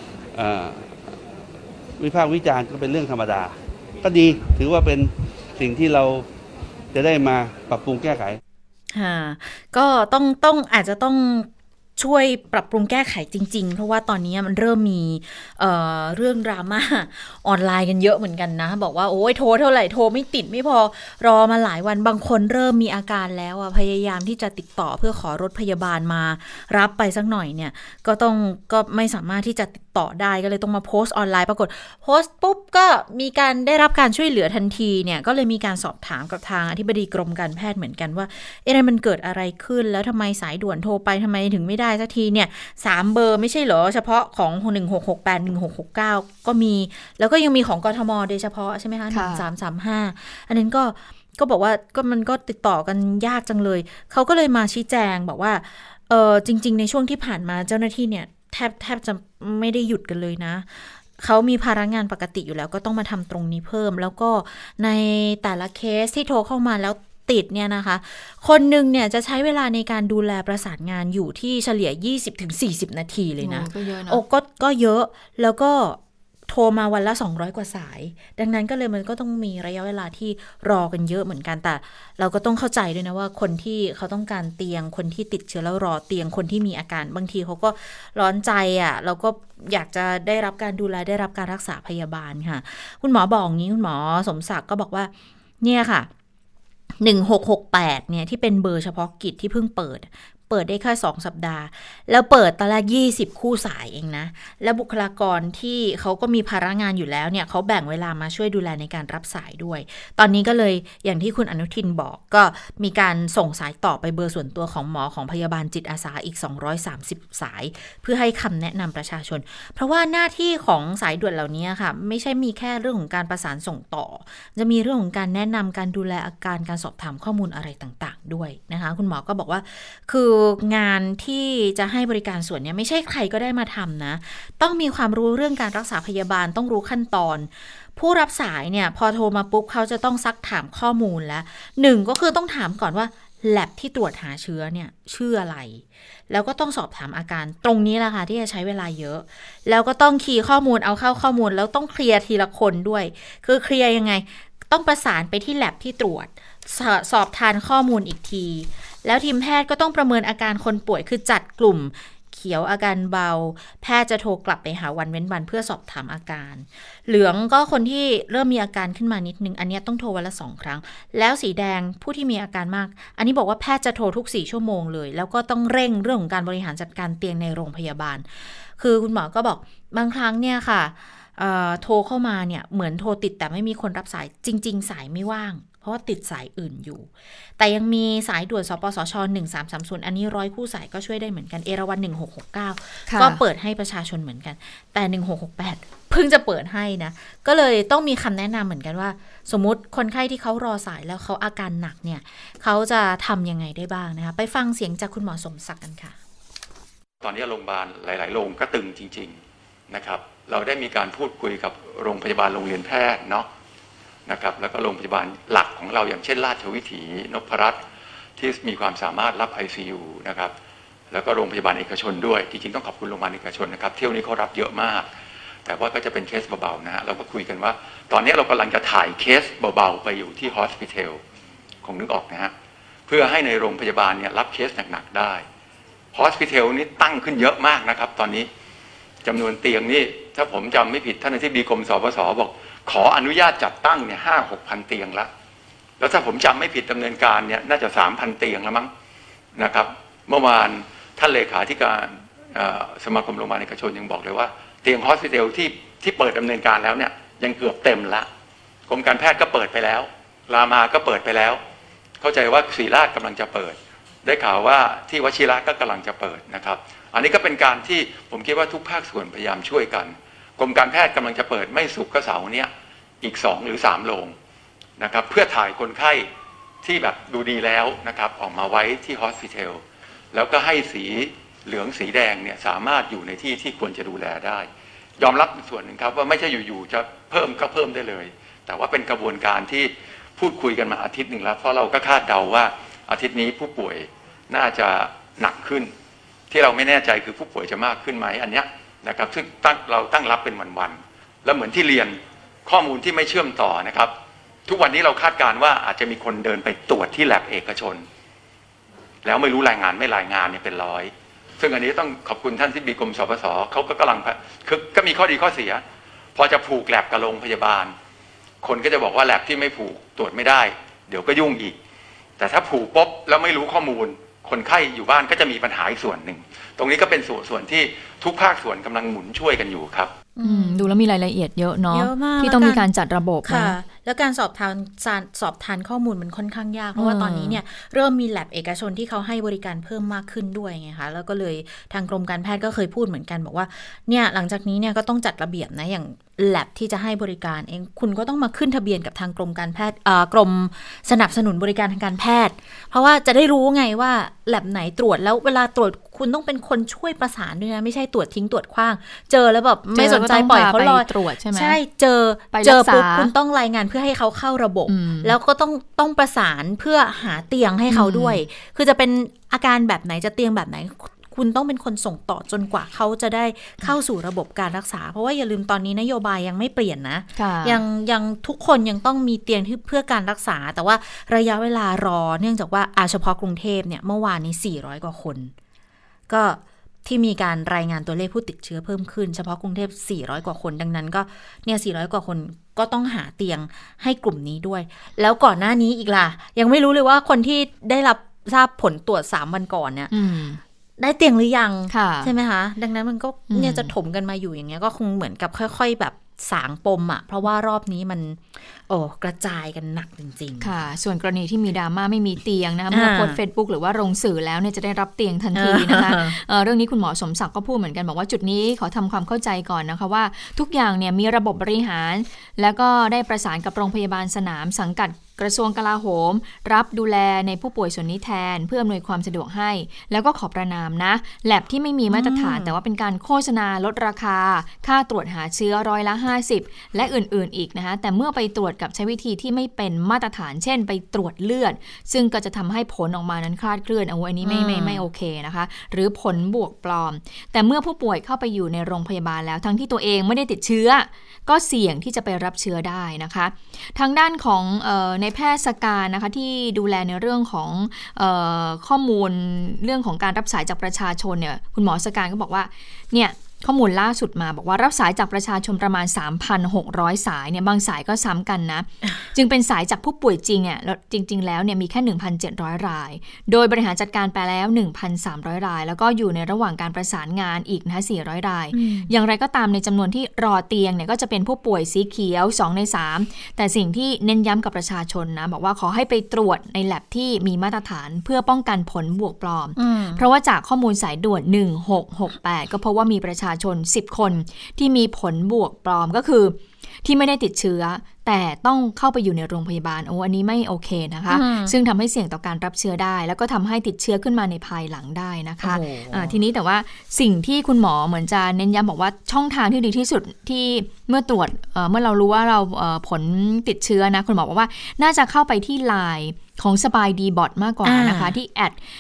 วิพากษ์วิจารณ์ก็เป็นเรื่องธรรมดาก็ดีถือว่าเป็นสิ่งที่เราจะได้มาปรับปรุงแก้ไขก็ต้องอาจจะต้องช่วยปรับปรุงแก้ไขจริงๆเพราะว่าตอนนี้มันเริ่มมีเรื่องดราม่าออนไลน์กันเยอะเหมือนกันนะบอกว่าโอ้ยโทรเท่าไหร่โทรไม่ติดไม่พอรอมาหลายวันบางคนเริ่มมีอาการแล้วพยายามที่จะติดต่อเพื่อขอรถพยาบาลมารับไปสักหน่อยเนี่ยก็ไม่สามารถที่จะติดต่อได้ก็เลยต้องมาโพสต์ออนไลน์ปรากฏโพสต์ปุ๊บก็มีการได้รับการช่วยเหลือทันทีเนี่ยก็เลยมีการสอบถามกับทางอธิบดีกรมการแพทย์เหมือนกันว่ามันเกิดอะไรขึ้นแล้วทำไมสายด่วนโทรไปทำไมถึงไม่ได้สักทีเนี่ย3เบอร์ไม่ใช่เหรอเฉพาะของ1668 1669ก็มีแล้วก็ยังมีของกทมโดยเฉพาะใช่ไหมคะ1335อันนั้นก็บอกว่าก็มันก็ติดต่อกันยากจังเลยเขาก็เลยมาชี้แจงบอกว่าจริงๆในช่วงที่ผ่านมาเจ้าหน้าที่เนี่ยแทบจะไม่ได้หยุดกันเลยนะเขามีภาระงานปกติอยู่แล้วก็ต้องมาทำตรงนี้เพิ่มแล้วก็ในแต่ละเคสที่โทรเข้ามาแล้วติดเนี่ยนะคะคนหนึ่งเนี่ยจะใช้เวลาในการดูแลประสานงานอยู่ที่เฉลี่ย 20-40 นาทีเลยนะก็เยอะแล้วก็โทรมาวันละ200กว่าสายดังนั้นก็เลยมันก็ต้องมีระยะเวลาที่รอกันเยอะเหมือนกันแต่เราก็ต้องเข้าใจด้วยนะว่าคนที่เขาต้องการเตียงคนที่ติดเชื้อแล้วรอเตียงคนที่มีอาการบางทีเขาก็ร้อนใจแล้วก็อยากจะได้รับการดูแลได้รับการรักษาพยาบาลค่ะคุณหมอบอกงี้คุณหมอสมศักดิ์ก็บอกว่าเนี่ยค่ะ1668เนี่ยที่เป็นเบอร์เฉพาะกิจที่เพิ่งเปิดได้แค่2สัปดาห์แล้วเปิดตอนแรก20คู่สายเองนะแล้วบุคลากรที่เขาก็มีภาระงานอยู่แล้วเนี่ยเขาแบ่งเวลามาช่วยดูแลในการรับสายด้วยตอนนี้ก็เลยอย่างที่คุณอนุทินบอกก็มีการส่งสายต่อไปเบอร์ส่วนตัวของหมอของพยาบาลจิตอาสาอีก230สายเพื่อให้คำแนะนำประชาชนเพราะว่าหน้าที่ของสายด่วนเหล่านี้ค่ะไม่ใช่มีแค่เรื่องของการประสานส่งต่อจะมีเรื่องของการแนะนำการดูแลอาการการสอบถามข้อมูลอะไรต่างๆด้วยนะคะคุณหมอก็บอกว่าคืองานที่จะให้บริการส่วนนี้ไม่ใช่ใครก็ได้มาทำนะต้องมีความรู้เรื่องการรักษาพยาบาลต้องรู้ขั้นตอนผู้รับสายเนี่ยพอโทรมาปุ๊บเขาจะต้องซักถามข้อมูลแล้ว1ก็คือต้องถามก่อนว่าแลบที่ตรวจหาเชื้อเนี่ยชื่ออะไรแล้วก็ต้องสอบถามอาการตรงนี้แหละค่ะที่จะใช้เวลาเยอะแล้วก็ต้องคีย์ข้อมูลเอาเข้าข้อมูลแล้วต้องเคลียร์ทีละคนด้วยคือเคลียร์ยังไงต้องประสานไปที่แลบที่ตรวจสอบทานข้อมูลอีกทีแล้วทีมแพทย์ก็ต้องประเมินอาการคนป่วยคือจัดกลุ่มเขียวอาการเบาแพทย์จะโทรกลับไปหาวันเว้นวันเพื่อสอบถามอาการเหลืองก็คนที่เริ่มมีอาการขึ้นมานิดนึงอันนี้ต้องโทรวันละ2ครั้งแล้วสีแดงผู้ที่มีอาการมากอันนี้บอกว่าแพทย์จะโทรทุก4ชั่วโมงเลยแล้วก็ต้องเร่งเรื่องของการบริหารจัดการเตียงในโรงพยาบาลคือคุณหมอก็บอกบางครั้งเนี่ยค่ะโทรเข้ามาเนี่ยเหมือนโทรติดแต่ไม่มีคนรับสายจริงๆสายไม่ว่างเพราะว่าติดสายอื่นอยู่แต่ยังมีสายด่วนสปสช1330อันนี้100คู่สายก็ช่วยได้เหมือนกันเอราวัณ1669ก็เปิดให้ประชาชนเหมือนกันแต่1668เพิ่งจะเปิดให้นะก็เลยต้องมีคำแนะนำเหมือนกันว่าสมมุติคนไข้ที่เขารอสายแล้วเขาอาการหนักเนี่ยเขาจะทำยังไงได้บ้างนะคะไปฟังเสียงจากคุณหมอสมศักดิ์กันค่ะตอนนี้โรงพยาบาลหลายๆโรงก็ตึงจริงๆนะครับเราได้มีการพูดคุยกับโรงพยาบาลโรงเรียนแพทย์เนาะนะครับแล้วก็โรงพยาบาลหลักของเราอย่างเช่นราชวิถีนพรัตน์ที่มีความสามารถรับ ICU นะครับแล้วก็โรงพยาบาลเอกชนด้วยจริงๆต้องขอบคุณโรงพยาบาลเอกชนนะครับเที่ยวนี้เขารับเยอะมากแต่ว่าก็จะเป็นเคสเบาๆนะฮะเราก็คุยกันว่าตอนนี้เรากำลังจะถ่ายเคสเบาๆไปอยู่ที่ฮอสพิทอลคงนึกออกนะฮะเพื่อให้ในโรงพยาบาลเนี่ยรับเคสหนักๆได้ฮอสพิทอลนี้ตั้งขึ้นเยอะมากนะครับตอนนี้จำนวนเตียงนี่ถ้าผมจำไม่ผิดท่านอธิบดีกรมสปสบอกขออนุญาตจัดตั้งเนี่ย5-6,000 เตียงแล้วถ้าผมจำไม่ผิดดำเนินการเนี่ยน่าจะ 3,000 เตียงแล้วมั้งนะครับเมื่อวานท่านเลขาธิการสมาคมโรงพยาบาลเอกชนยังบอกเลยว่าเตียงฮอสพิทอลที่เปิดดำเนินการแล้วเนี่ยยังเกือบเต็มละกรมการแพทย์ก็เปิดไปแล้วรามาก็เปิดไปแล้วเข้าใจว่าศรีราชกำลังจะเปิดได้ข่าวว่าที่วชิระก็กำลังจะเปิดนะครับอันนี้ก็เป็นการที่ผมคิดว่าทุกภาคส่วนพยายามช่วยกันกรมการแพทย์กำลังจะเปิดไม่ศุกร์ก็เสาร์เนี้ยอีก2หรือ3โรงนะครับเพื่อถ่ายคนไข้ที่แบบดูดีแล้วนะครับออกมาไว้ที่ฮอสพิทอลแล้วก็ให้สีเหลืองสีแดงเนี่ยสามารถอยู่ในที่ที่ควรจะดูแลได้ยอมรับส่วนหนึ่งครับว่าไม่ใช่อยู่ๆจะเพิ่มก็เพิ่มได้เลยแต่ว่าเป็นกระบวนการที่พูดคุยกันมาอาทิตย์หนึ่งแล้วเพราะเราก็คาดเดาว่าอาทิตย์นี้ผู้ป่วยน่าจะหนักขึ้นที่เราไม่แน่ใจคือผู้ป่วยจะมากขึ้นไหมอันเนี้ยนะครับซึ่งเราตั้งรับเป็นวันๆแล้วเหมือนที่เรียนข้อมูลที่ไม่เชื่อมต่อนะครับทุกวันนี้เราคาดการณ์ว่าอาจจะมีคนเดินไปตรวจที่แลบเอกชนแล้วไม่รู้รายงานไม่รายงานเนี่ยเป็นร้อยซึ่งอันนี้ต้องขอบคุณท่านที่บีกรมสปสเขาก็กำลังคือก็มีข้อดีข้อเสียพอจะผูกแลบกับโรงพยาบาลคนก็จะบอกว่าแลบที่ไม่ผูกตรวจไม่ได้เดี๋ยวก็ยุ่งอีกแต่ถ้าผูกปุ๊บแล้วไม่รู้ข้อมูลคนไข้อยู่บ้านก็จะมีปัญหาอีกส่วนหนึ่งตรงนี้ก็เป็นส่วนที่ทุกภาคส่วนกำลังหมุนช่วยกันอยู่ครับดูแล้วมีรายละเอียดเยอะเนาะที่ต้องมีการจัดระบบค่ะแล้วการสอบทานข้อมูลมันค่อนข้างยากเพราะว่าตอนนี้เนี่ยเริ่มมีแลบเอกชนที่เขาให้บริการเพิ่มมากขึ้นด้วยไงคะแล้วก็เลยทางกรมการแพทย์ก็เคยพูดเหมือนกันบอกว่าเนี่ยหลังจากนี้เนี่ยก็ต้องจัดระเบียบนะอย่างแลบที่จะให้บริการเองคุณก็ต้องมาขึ้นทะเบียนกับทางกรมการแพทย์กรมสนับสนุนบริการทางการแพทย์เพราะว่าจะได้รู้ไงว่าแลบไหนตรวจแล้วเวลาตรวจคุณต้องเป็นคนช่วยประสานด้วยนะไม่ใช่ตรวจทิ้งตรวจขว้างเจอแล้วแบบไม่สนใจปล่อยเขาลอยตรวจใช่ไหมใช่เจอปุ๊บคุณต้องรายงานเพื่อให้เขาเข้าระบบแล้วก็ต้องประสานเพื่อหาเตียงให้เขาด้วยคือจะเป็นอาการแบบไหนจะเตียงแบบไหนคุณต้องเป็นคนส่งต่อจนกว่าเขาจะได้เข้าสู่ระบบการรักษาเพราะว่าอย่าลืมตอนนี้นโยบายยังไม่เปลี่ยนนะยังทุกคนยังต้องมีเตียงที่เพื่อการรักษาแต่ว่าระยะเวลารอเนื่องจากว่าเฉพาะกรุงเทพเนี่ยเมื่อวานนี้400กว่าคนก็ที่มีการรายงานตัวเลขผู้ติดเชื้อเพิ่มขึ้นเฉพาะกรุงเทพ400กว่าคนดังนั้นก็เนี่ย400กว่าคนก็ต้องหาเตียงให้กลุ่มนี้ด้วยแล้วก่อนหน้านี้อีกล่ะยังไม่รู้เลยว่าคนที่ได้รับทราบผลตรวจ3วันก่อนเนี่ยได้เตียงหรือยังใช่ไหมคะดังนั้นมันก็เนี่ยจะถมกันมาอยู่อย่างเงี้ยก็คงเหมือนกับค่อยๆแบบสางปมเพราะว่ารอบนี้มันกระจายกันหนักจริงๆค่ะส่วนกรณีที่มีดราม่าไม่มีเตียงนะคะเมื่อโพสต์ Facebook หรือว่าลงสื่อแล้วเนี่ยจะได้รับเตียงทันทีนะคะเรื่องนี้คุณหมอสมศักดิ์ก็พูดเหมือนกันบอกว่าจุดนี้ขอทำความเข้าใจก่อนนะคะว่าทุกอย่างเนี่ยมีระบบบริหารแล้วก็ได้ประสานกับโรงพยาบาลสนามสังกัดกระทรวงกลาโหมรับดูแลในผู้ป่วยส่วนนี้แทนเพื่ออำนวยความสะดวกให้แล้วก็ขอประณามนะแลบที่ไม่มีมาตรฐานแต่ว่าเป็นการโฆษณาลดราคาค่าตรวจหาเชื้อ50%และอื่นๆอีกนะคะแต่เมื่อไปตรวจกับใช้วิธีที่ไม่เป็นมาตรฐานเช่นไปตรวจเลือดซึ่งก็จะทำให้ผลออกมานั้นคลาดเคลื่อนอันนี้ไม่โอเคนะคะหรือผลบวกปลอมแต่เมื่อผู้ป่วยเข้าไปอยู่ในโรงพยาบาลแล้วทั้งที่ตัวเองไม่ได้ติดเชื้อก็เสี่ยงที่จะไปรับเชื้อได้นะคะทางด้านของในแพทย์สการนะคะที่ดูแลในเรื่องของข้อมูลเรื่องของการรับสายจากประชาชนเนี่ยคุณหมอสการก็บอกว่าเนี่ยข้อมูลล่าสุดมาบอกว่ารับสายจากประชาชนประมาณ 3,600 สายเนี่ยบางสายก็ซ้ำกันนะ จึงเป็นสายจากผู้ป่วยจริงอ่ะแล้วจริงๆแล้วเนี่ยมีแค่ 1,700 รายโดยบริหารจัดการไปแล้ว 1,300 รายแล้วก็อยู่ในระหว่างการประสานงานอีกนะ400 รายอย่างไรก็ตามในจำนวนที่รอเตียงเนี่ยก็จะเป็นผู้ป่วยสีเขียว2ใน3แต่สิ่งที่เน้นย้ำกับประชาชนนะบอกว่าขอให้ไปตรวจในแลบที่มีมาตรฐานเพื่อป้องกันผลบวกปลอมเพราะว่าจากข้อมูลสายด่วน1668ก็เพราะว่ามีประชาชน10 คนที่มีผลบวกปลอมก็คือที่ไม่ได้ติดเชื้อแต่ต้องเข้าไปอยู่ในโรงพยาบาลอันนี้ไม่โอเคนะคะซึ่งทำให้เสี่ยงต่อการรับเชื้อได้แล้วก็ทำให้ติดเชื้อขึ้นมาในภายหลังได้นะคะทีนี้แต่ว่าสิ่งที่คุณหมอเหมือนจะเน้นย้ำบอกว่าช่องทางที่ดีที่สุดที่เมื่อตรวจเมื่อเรารู้ว่าเราผลติดเชื้อนะคุณหมอบอกว่าน่าจะเข้าไปที่ LINE ของสบายดีบอทมากกว่านะคะที่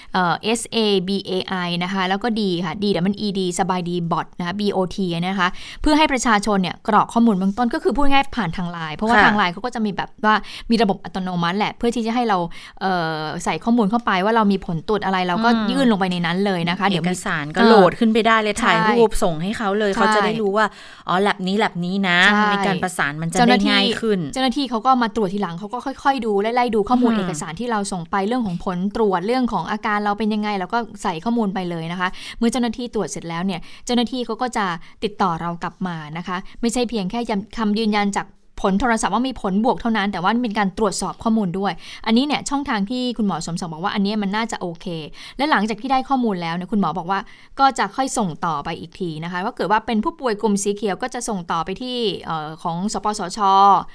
@SABAI นะคะแล้วก็ดีค่ะ D-E-D สบายดีบอทนะคะ BOT นะคะเพื่อให้ประชาชนเนี่ยกรอกข้อมูลเบื้องต้นก็คือพูดง่ายผ่านทาง LINE เพราะว่าทาง LINE เขาก็จะมีแบบว่ามีระบบอัตโนมัติแหละเพื่อที่จะให้เราใส่ข้อมูลเข้าไปว่าเรามีผลตรวจอะไรเราก็ยื่นลงไปในนั้นเลยนะคะเดี๋ยวเอกสารก็โหลดขึ้นไปได้เลยถ่ายรูปส่งให้เขาเลยเขาจะได้รู้ว่าอ๋อแลบนี้นะในการประสานมันจะได้ง่ายขึ้นเจ้าหน้าที่เขาก็มาตรวจทีหลังเขาก็ค่อยๆดูไล่ดูข้อมูลเอกสารที่เราส่งไปเรื่องของผลตรวจเรื่องของอาการเราเป็นยังไงแล้วก็ใส่ข้อมูลไปเลยนะคะเมื่อเจ้าหน้าที่ตรวจเสร็จแล้วเนี่ยเจ้าหน้าที่เขาก็จะติดต่อเรากลับมานะคะไม่ใช่เพียงแค่คำยืนยันจากผลโทรศัพท์ว่ามีผลบวกเท่านั้นแต่ว่าเป็นการตรวจสอบข้อมูลด้วยอันนี้เนี่ยช่องทางที่คุณหมอสมศักดิ์บอกว่าอันนี้มันน่าจะโอเคและหลังจากที่ได้ข้อมูลแล้วเนี่ยคุณหมอบอกว่าก็จะค่อยส่งต่อไปอีกทีนะคะว่าเกิดว่าเป็นผู้ป่วยกลุ่มสีเขียวก็จะส่งต่อไปที่ของสปสช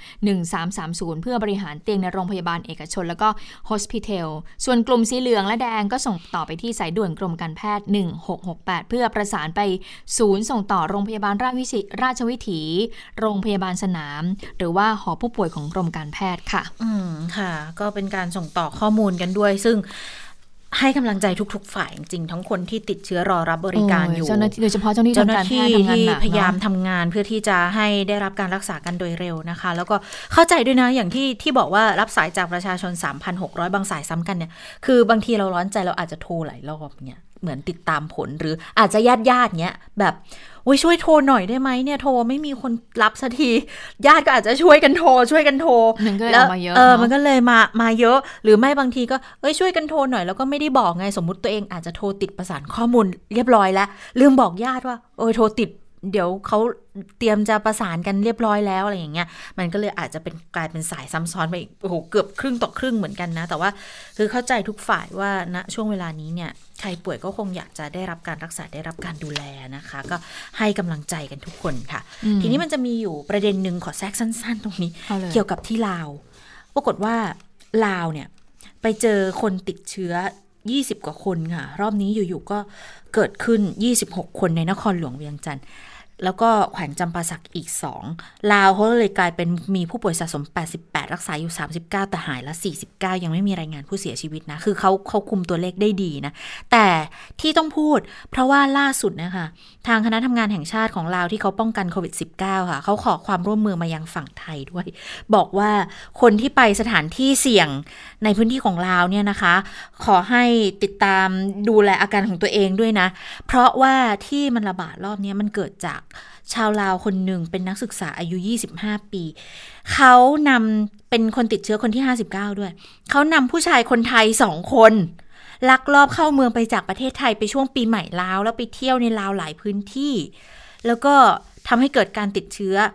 1330เพื่อบริหารเตียงในโรงพยาบาลเอกชนแล้วก็ Hospital ส่วนกลุ่มสีเหลืองและแดงก็ส่งต่อไปที่สายด่วนกรมการแพทย์1668เพื่อประสานไปศูนย์ส่งต่อโรงพยาบาลราชวิถีโรงพยาบาลสนามหรือว่าหอผู้ป่วยของกรมการแพทย์ค่ะค่ะก็เป็นการส่งต่อข้อมูลกันด้วยซึ่งให้กำลังใจทุกๆฝ่ายจริงๆทั้งคนที่ติดเชื้อรอรับบริการอยู่เจ้าหน้าที่โดยเฉพาะเจ้าหน้าที่ที่พยายามทำงานเพื่อที่จะให้ได้รับการรักษากันโดยเร็วนะคะแล้วก็เข้าใจด้วยนะอย่างที่บอกว่ารับสายจากประชาชน 3,600 บางสายซ้ำกันเนี่ยคือบางทีเราร้อนใจเราอาจจะโทรหลายรอบเนี่ยเหมือนติดตามผลหรืออาจจะญาติเนี้ยแบบช่วยโทรหน่อยได้ไหมเนี่ยโทรไม่มีคนรับสักทีญาติก็อาจจะช่วยกันโทรแล้วมันก็เลยมาเยอะหรือไม่บางทีก็ช่วยกันโทรหน่อยแล้วก็ไม่ได้บอกไงสมมุติตัวเองอาจจะโทรติดประสานข้อมูลเรียบร้อยแล้วลืมบอกญาติว่าโทรติดเดี๋ยวเขาเตรียมจะประสานกันเรียบร้อยแล้วอะไรอย่างเงี้ยมันก็เลยอาจจะเป็นกลายเป็นสายซ้ำซ้อนไปเกือบครึ่งต่อครึ่งเหมือนกันนะแต่ว่าคือเข้าใจทุกฝ่ายว่าณช่วงเวลานี้เนี่ยใครป่วยก็คงอยากจะได้รับการรักษาได้รับการดูแลนะคะก็ให้กำลังใจกันทุกคนค่ะทีนี้มันจะมีอยู่ประเด็นนึงขอแทรกสั้นๆตรงนี้เกี่ยวกับที่ลาวปรากฏว่าลาวเนี่ยไปเจอคนติดเชื้อ20 กว่าคนค่ะรอบนี้อยู่ๆก็เกิดขึ้น26 คนในนครหลวงเวียงจันทร์แล้วก็แขวงจำปาสักอีก2ลาวเขาเลยกลายเป็นมีผู้ป่วยสะสม88รักษาอยู่39แต่หายละ49ยังไม่มีรายงานผู้เสียชีวิตนะคือเขาคุมตัวเลขได้ดีนะแต่ที่ต้องพูดเพราะว่าล่าสุดนะคะทางคณะทำงานแห่งชาติของลาวที่เขาป้องกันโควิด -19 ค่ะเขาขอความร่วมมือมายังฝั่งไทยด้วยบอกว่าคนที่ไปสถานที่เสี่ยงในพื้นที่ของลาวเนี่ยนะคะขอให้ติดตามดูแลอาการของตัวเองด้วยนะเพราะว่าที่มันระบาดรอบนี้มันเกิดจากชาวลาวคนหนึ่งเป็นนักศึกษาอายุ25 ปีเขานำเป็นคนติดเชื้อคนที่59ด้วยเขานำผู้ชายคนไทย2 คนลักลอบเข้าเมืองไปจากประเทศไทยไปช่วงปีใหม่ลาวแล้วไปเที่ยวในลาวหลายพื้นที่แล้วก็ทำให้เกิดการติดเชื้อ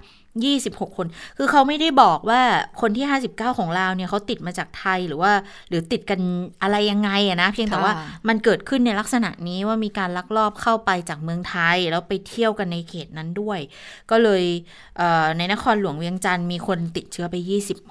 26 คนคือเขาไม่ได้บอกว่าคนที่59ของลาวเนี่ยเขาติดมาจากไทยหรือติดกันอะไรยังไงอะนะเพียงแต่ว่ามันเกิดขึ้นในลักษณะนี้ว่ามีการลักลอบเข้าไปจากเมืองไทยแล้วไปเที่ยวกันในเขตนั้นด้วยก็เลยในนครหลวงเวียงจันทร์มีคนติดเชื้อไป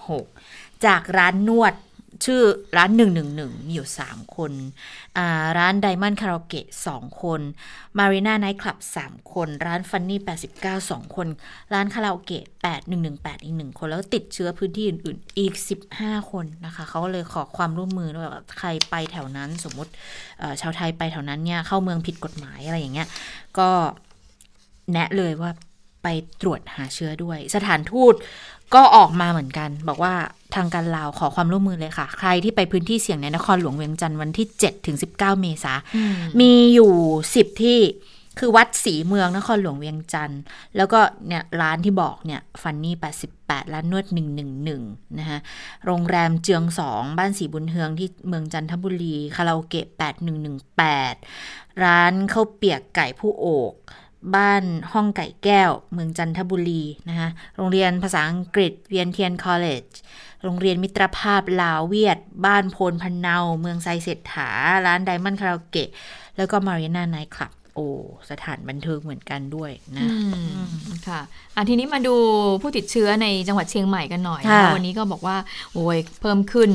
26จากร้านนวดชื่อร้าน111มีอยู่3 คนร้าน Diamond Karaoke 2 คน Marina Night Club 3 คนร้าน Funny 89 2 คนร้านคาราโอเกะ8118อีก1 คนแล้วติดเชื้อพื้นที่อื่นๆอีก15 คนนะคะเขาก็เลยขอความร่วมมือด้วยว่าใครไปแถวนั้นสมมติชาวไทยไปแถวนั้นเนี่ยเข้าเมืองผิดกฎหมายอะไรอย่างเงี้ยก็แนะเลยว่าไปตรวจหาเชื้อด้วยสถานทูตก็ออกมาเหมือนกันบอกว่าทางการลาวขอความร่วมมือเลยค่ะใครที่ไปพื้นที่เสี่ยงในนครหลวงเวียงจันทร์วันที่7 ถึง 19 เมษายนมีอยู่10ที่คือวัดศรีเมืองนครหลวงเวียงจันทร์แล้วก็เนี่ยร้านที่บอกเนี่ยฟันนี่88ร้านนวด111นะคะโรงแรมเจือง2บ้านศรีบุญเฮืองที่เมืองจันทบุรีคาราโอเกะ8118ร้านข้าวเปียกไก่ผู้โอกบ้านห้องไก่แก้วเมืองจันทบุรีนะคะโรงเรียนภาษาอังกฤษเวียนเทียนคอลเลจโรงเรียนมิตรภาพลาวเวียดบ้านโพนพะเนาเมืองไซเศรษฐาร้านไดมอนด์คาราโอเกะแล้วก็มารีนาไนท์คลับโอ้สถานบันเทิงเหมือนกันด้วยนะค่ะทีนี้มาดูผู้ติดเชื้อในจังหวัดเชียงใหม่กันหน่อยวันนี้ก็บอกว่าโอ้ยเพิ่มขึ้น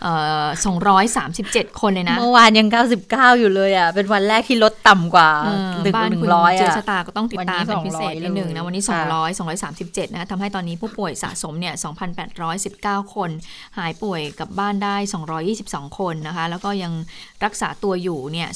237คนเลยนะเมื่อวานยัง99อยู่เลยอ่ะเป็นวันแรกที่ลดต่ำกว่าบ้านคุณเจษฎาก็ต้องติดตามเป็นพิเศษนิดนึงนะวันนี้237นะทำให้ตอนนี้ผู้ป่วยสะสมเนี่ย 2,819 คนหายป่วยกลับบ้านได้222คนนะคะแล้วก็ยังรักษาตัวอยู่เนี่ย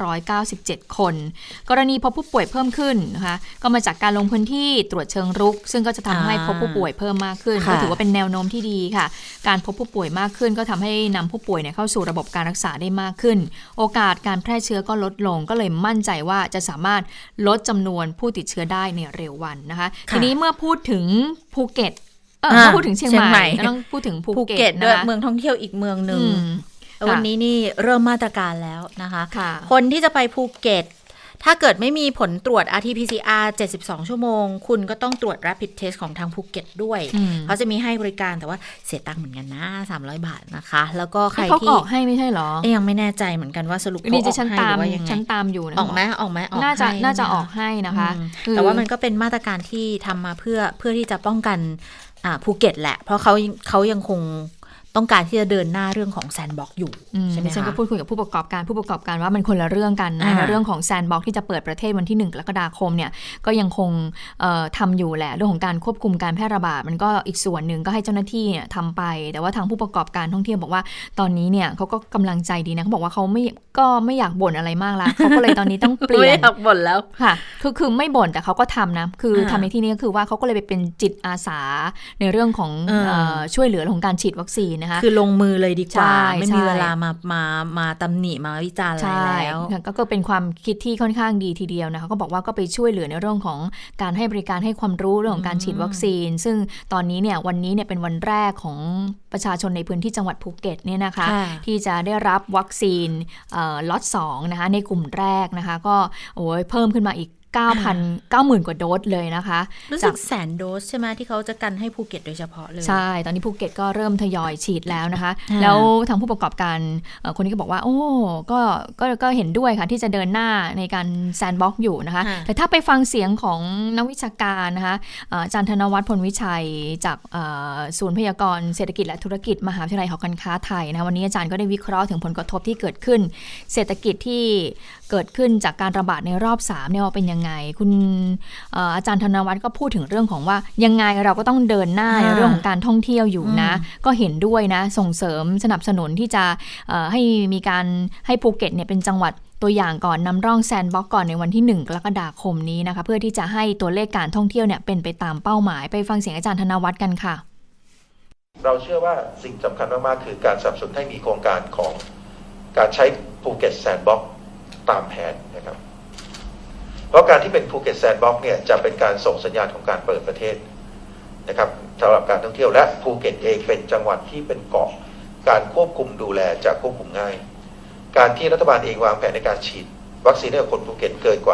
2,597 คนกรณีพบผู้ป่วยเพิ่มขึ้นนะคะก็มาจากการลงพื้นที่ตรวจเชิงรุกซึ่งก็จะทำให้พบผู้ป่วยเพิ่มมากขึ้นก็ถือว่าเป็นแนวโน้มที่ดีค่ะการพบผู้ป่วยมากขึ้นก็ทำให้นำผู้ป่วยเข้าสู่ระบบการรักษาได้มากขึ้นโอกาสการแพร่เชื้อก็ลดลงก็เลยมั่นใจว่าจะสามารถลดจำนวนผู้ติดเชื้อได้ในเร็ววันนะคะทีนี้เมื่อพูดถึงภูเก็ตพูดถึงเชียงใหม่ก็ต้องพูดถึงภูเก็ตด้วยเมืองท่องเที่ยวอีกเมืองนึงวันนี้นี่เริ่มมาตรการแล้วนะคะคนที่จะไปภูเก็ตถ้าเกิดไม่มีผลตรวจ RT-PCR 72 ชั่วโมงคุณก็ต้องตรวจ Rapid Test ของทางภูเก็ตด้วยเขาจะมีให้บริการแต่ว่าเสียตังค์เหมือนกันนะ300 บาทนะคะแล้วก็ใครที่เขาออกให้ไม่ใช่หรอยังไม่แน่ใจเหมือนกันว่าสรุปเขาออกให้หรือว่ายังไงฉันตามอยู่นะออกไหมน่าจะออกให้นะคะแต่ว่ามันก็เป็นมาตรการที่ทำมาเพื่อที่จะป้องกันภูเก็ตแหละเพราะเขายังคงต้องการที่จะเดินหน้าเรื่องของแซนด์บ็อกซ์อยู่ใช่ไหมคะฉันก็พูดคุยกับผู้ประกอบการว่ามันคนละเรื่องกันนะเรื่องของแซนด์บ็อกซ์ที่จะเปิดประเทศวันที่1 กรกฎาคมเนี่ยก็ยังคงทำอยู่แหละเรื่องของการควบคุมการแพร่ระบาดมันก็อีกส่วนหนึ่งก็ให้เจ้าหน้าที่เนี่ยทำไปแต่ว่าทางผู้ประกอบการท่องเที่ยวบอกว่าตอนนี้เนี่ยเขาก็กำลังใจดีนะเขาบอกว่าเขาไม่อยากบ่นอะไรมากแล้วเขาก็เลยตอนนี้ต้องเปลี่ยนไม่อยากบ่นแล้วค่ะคือไม่บ่นแต่เขาก็ทำนะคือทำในที่นี้ก็คือว่าเขาก็เลยไปเป็นจิตอาสาในเรื่องของช่วยเหลือของการฉีดวัคซีนนะคะคือลงมือเลยดีกว่าไม่มีเวลามาตำหนิมาวิจารณ์อะไรแล้วก็เป็นความคิดที่ค่อนข้างดีทีเดียวนะคะก็บอกว่าก็ไปช่วยเหลือในเรื่องของการให้บริการให้ความรู้เรื่องของการฉีดวัคซีนซึ่งตอนนี้เนี่ยวันนี้เนี่ยเป็นวันแรกของประชาชนในพื้นที่จังหวัดภูเก็ตเนี่ยนะคะที่จะได้รับวัคซีนล็อต2นะคะในกลุ่มแรกนะคะก็โอ้ยเพิ่มขึ้นมาอีก90,000 กว่าโดสเลยนะคะรู้สึก100,000 โดสใช่ไหมที่เขาจะกันให้ภูเก็ตโดยเฉพาะเลยใช่ตอนนี้ภูเก็ตก็เริ่มทยอยฉีดแล้วนะคะแล้วทางผู้ประกอบการคนนี้ก็บอกว่าโอ้ก็เห็นด้วยค่ะที่จะเดินหน้าในการแซนด์บ็อกซ์อยู่นะคะแต่ถ้าไปฟังเสียงของนักวิชาการนะคะอาจารย์ธนวัฒน์พลวิชัยจากศูนย์พยากรณ์เศรษฐกิจและธุรกิจมหาวิทยาลัยหอการค้าไทยนะคะวันนี้อาจารย์ก็ได้วิเคราะห์ถึงผลกระทบที่เกิดขึ้นเศรษฐกิจที่เกิดขึ้นจากการระบาดในรอบ3เนี่ยเป็นยังไงคุณอาจารย์ธนวัฒน์ก็พูดถึงเรื่องของว่ายังไงเราก็ต้องเดินหน้าในเรื่องของการท่องเที่ยวอยู่นะก็เห็นด้วยนะส่งเสริมสนับสนุนที่จะให้มีการให้ภูเก็ตเนี่ยเป็นจังหวัดตัวอย่างก่อนนำร่องแซนด์บ็อกซ์ก่อนในวันที่1 กรกฎาคมนี้นะคะเพื่อที่จะให้ตัวเลขการท่องเที่ยวเนี่ยเป็นไปตามเป้าหมายไปฟังเสียงอาจารย์ธนวัฒน์กันค่ะเราเชื่อว่าสิ่งสำคัญมากๆคือการสนับสนุนให้มีโครงการของการใช้ภูเก็ตแซนด์บ็อกซ์ตามแผนนะครับเพราะการที่เป็นภูเก็ตแซนด์บ็อกซ์เนี่ยจะเป็นการส่งสัญญาณของการเปิดประเทศนะครับสำหรับการท่องเที่ยวและภูเก็ตเองเป็นจังหวัดที่เป็นเกาะการควบคุมดูแลจะควบคุมง่ายการที่รัฐบาลเองวางแผนในการฉีดวัคซีนให้กับคนภูเก็ตเกินกว่า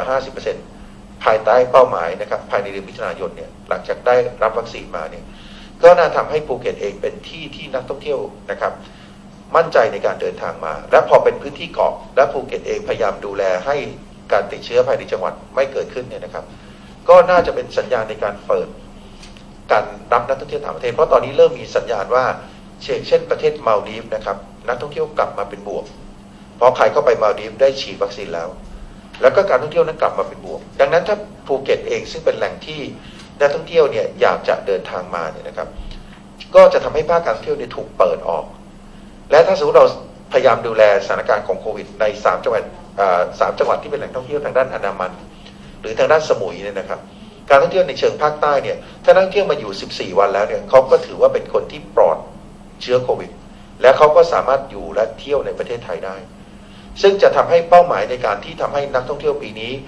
50% ภายใต้เป้าหมายนะครับภายในเดือนมิถุนายนเนี่ยหลังจากได้รับวัคซีนมาเนี่ยก็น่าทำให้ภูเก็ตเองเป็นที่ที่นักท่องเที่ยวนะครับมั่นใจในการเดินทางมาและพอเป็นพื้นที่เกาะและภูเก็ตเองพยายามดูแลให้การติดเชื้อภายในจังหวัดไม่เกิดขึ้นเนี่ยนะครับก็น่าจะเป็นสัญญาณในการเปิดการรับนักท่องเที่ยวต่างประเทศเพราะตอนนี้เริ่มมีสัญญาณว่าเช่นประเทศมาลดีฟนะครับนักท่องเที่ยวกลับมาเป็นบวกเพราะใครเข้าไปมาลดีฟได้ฉีดวัคซีนแล้วก็การท่องเที่ยวนั้นกลับมาเป็นบวกดังนั้นถ้าภูเก็ตเองซึ่งเป็นแหล่งที่นักท่องเที่ยวเนี่ยอยากจะเดินทางมาเนี่ยนะครับก็จะทำให้ภาคการท่องเที่ยวเนี่ยถูกเปิดออกและถ้าสมมติเราพยายามดูแลสถานการณ์ของโควิดใน3 จังหวัดที่เป็นแหล่งท่องเที่ยวทางด้านอันดามันหรือทางด้านสมุยเนี่ยนะครับการท่องเที่ยวในเชิงภาคใต้เนี่ยถ้านักท่องเที่ยวมาอยู่14 วันแล้วเนี่ยเขาก็ถือว่าเป็นคนที่ปลอดเชื้อโควิดและเขาก็สามารถอยู่และเที่ยวในประเทศไทยได้ซึ่งจะทำให้เป้าหมายในการที่ทำให้นักท่องเที่ยวปีนี้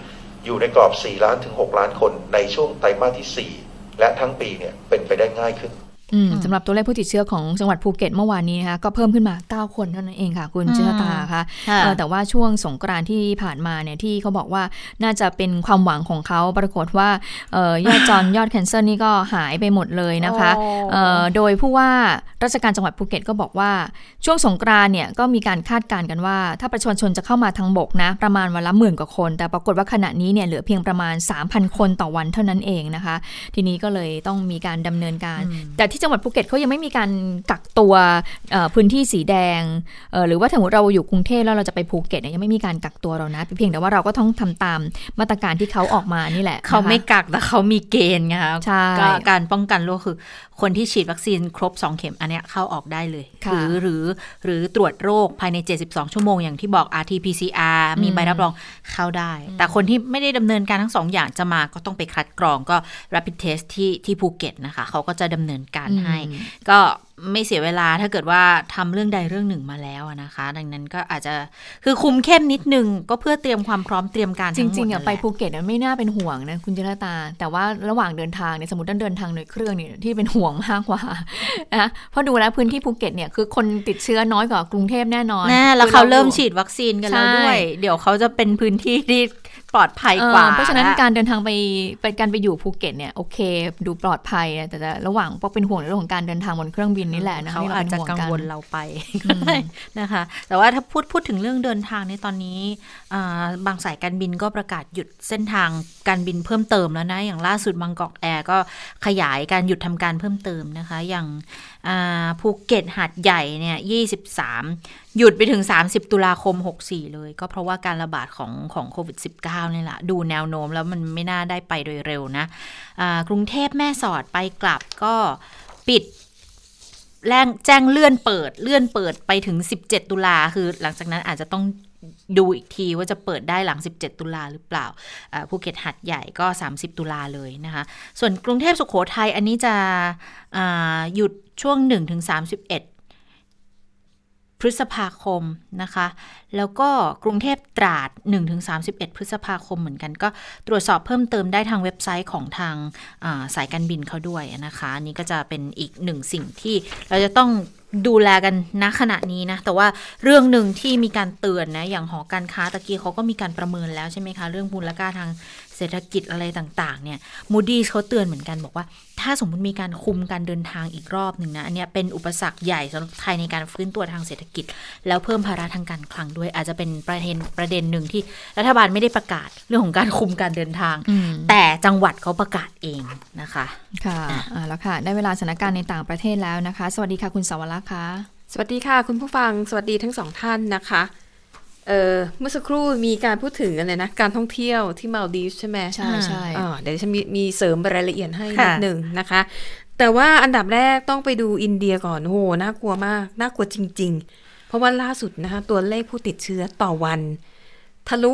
อยู่ในกรอบ4ล้านถึง6ล้านคนในช่วงไตรมาสที่4และทั้งปีเนี่ยเป็นไปได้ง่ายขึ้นสำหรับตัวเลขผู้ติดเชื้อของจังหวัดภูเก็ตเมื่อวานนี้นะคะก็เพิ่มขึ้นมา9คนเท่านั้นเองค่ะคุณจิตตาค่ะแต่ว่าช่วงสงกรานต์ที่ผ่านมาเนี่ยที่เขาบอกว่าน่าจะเป็นความหวังของเขาปรากฏว่ายอดยอดแคนเซิลนี่ก็หายไปหมดเลยนะคะโดยผู้ว่าราชการจังหวัดภูเก็ตก็บอกว่าช่วงสงกรานต์เนี่ยก็มีการคาดการณ์กันว่าถ้าประชาชนจะเข้ามาทางบกนะประมาณวันละ10,000 กว่าคนแต่ปรากฏว่าขณะนี้เนี่ยเหลือเพียงประมาณ 3,000 คนต่อวันเท่านั้นเองนะคะทีนี้ก็เลยต้องมีการดำเนินการแต่ที่จังหวัดภูเก็ตเขายังไม่มีการกักตัวพื้นที่สีแดงหรือว่าถ้าเราอยู่กรุงเทพแล้วเราจะไปภูเก็ตเนี่ยยังไม่มีการกักตัวเรานะเพียงแต่ว่าเราก็ต้องทำตามมาตรการที่เขาออกมานี่แหละเขาไม่กักแต่เขามีเกณฑ์ไงคะก็การป้องกันโรคคือคนที่ฉีดวัคซีนครบ2 เข็มอันเนี้ยเข้าออกได้เลยหรือตรวจโรคภายใน72 ชั่วโมงอย่างที่บอก RT-PCR มีใบรับรองเข้าได้แต่คนที่ไม่ได้ดำเนินการทั้ง2อย่างจะมาก็ต้องไปคัดกรองก็ Rapid Test ที่ภูเก็ตนะคะเขาก็จะดำเนินการให้ก็ไม่เสียเวลาถ้าเกิดว่าทำเรื่องใดเรื่องหนึ่งมาแล้วนะคะดังนั้นก็อาจจะคือคุมเข้มนิดนึงก็เพื่อเตรียมความพร้อมเตรียมการทั้งหมดจริงๆไปภูเก็ตไม่น่าเป็นห่วงนะคุณจิรตาแต่ว่าระหว่างเดินทางเนี่ยสมมติเดินทางโดยเครื่องเนี่ยที่เป็นห่วงมากกว่านะเพราะดูแล้วพื้นที่ภูเก็ตเนี่ยคือคนติดเชื้อน้อยกว่ากรุงเทพแน่นอนแล้วเขาเริ่มฉีดวัคซีนกันแล้วด้วยเดี๋ยวเขาจะเป็นพื้นที่ที่ปลอดภัยกว่าเพราะฉะนั้นการเดินทางไปการไปอยู่ภูเก็ตเนี่ยโอเคดูปลอดภัยแต่ระหว่างพวกเป็นห่วงในเรื่องของการเดินทางบนเครื่องบินนี่แหละนะเขาอาจจะกังวลเราไปนะคะแต่ว่าถ้าพูดถึงเรื่องเดินทางในตอนนี้บางสายการบินก็ประกาศหยุดเส้นทางการบินเพิ่มเติมแล้วนะอย่างล่าสุดบางกอกแอร์ก็ขยายการหยุดทำการเพิ่มเติมนะคะอย่างภูเก็ตหาดใหญ่เนี่ย23หยุดไปถึง30 ตุลาคม 64เลยก็เพราะว่าการระบาดของโควิด -19 นี่แหละดูแนวโน้มแล้วมันไม่น่าได้ไปโดยเร็วนะกรุงเทพแม่สอดไปกลับก็ปิดแจ้งเลื่อนเปิดไปถึง17 ตุลาคือหลังจากนั้นอาจจะต้องดูอีกทีว่าจะเปิดได้หลัง17 ตุลาหรือเปล่าภูเก็ตหาดใหญ่ก็30 ตุลาเลยนะคะส่วนกรุงเทพสุโขทัยอันนี้จะหยุดช่วง 1-31 พฤษภาคมนะคะแล้วก็กรุงเทพตราด 1-31 พฤษภาคมเหมือนกันก็ตรวจสอบเพิ่มเติมได้ทางเว็บไซต์ของทางสายการบินเขาด้วยนะคะนี่ก็จะเป็นอีกหนึ่งสิ่งที่เราจะต้องดูแลกันณขณะนี้นะแต่ว่าเรื่องหนึ่งที่มีการเตือนนะอย่างหอการค้าตะกี้เขาก็มีการประเมินแล้วใช่ไหมคะเรื่องมูลค่าทางเศรษฐกิจอะไรต่างๆเนี่ย Moody's เขาเตือนเหมือนกันบอกว่าถ้าสมมติมีการคุมการเดินทางอีกรอบหนึ่งนะอันนี้เป็นอุปสรรคใหญ่สำหรับไทยในการฟื้นตัวทางเศรษฐกิจแล้วเพิ่มภาระทางการคลังด้วยอาจจะเป็นประเด็นหนึ่งที่รัฐบาลไม่ได้ประกาศเรื่องของการคุมการเดินทางแต่จังหวัดเขาประกาศเองนะคะค่ะแล้วค่ะได้เวลาสถานการณ์ในต่างประเทศแล้วนะคะสวัสดีค่ะคุณสวรักษ์ค่ะสวัสดีค่ะคุณผู้ฟังสวัสดีทั้งสองท่านนะคะเมื่อสักครู่มีการพูดถึงอะไรนะการท่องเที่ยวที่มาลดีฟใช่ไหมใช่ใช่เดี๋ยวฉันมีเสริมรายละเอียดให้นิดหนึ่งนะคะแต่ว่าอันดับแรกต้องไปดูอินเดียก่อนโหน่ากลัวมากน่ากลัวจริงๆเพราะว่าล่าสุดนะคะตัวเลขผู้ติดเชื้อต่อวันทะลุ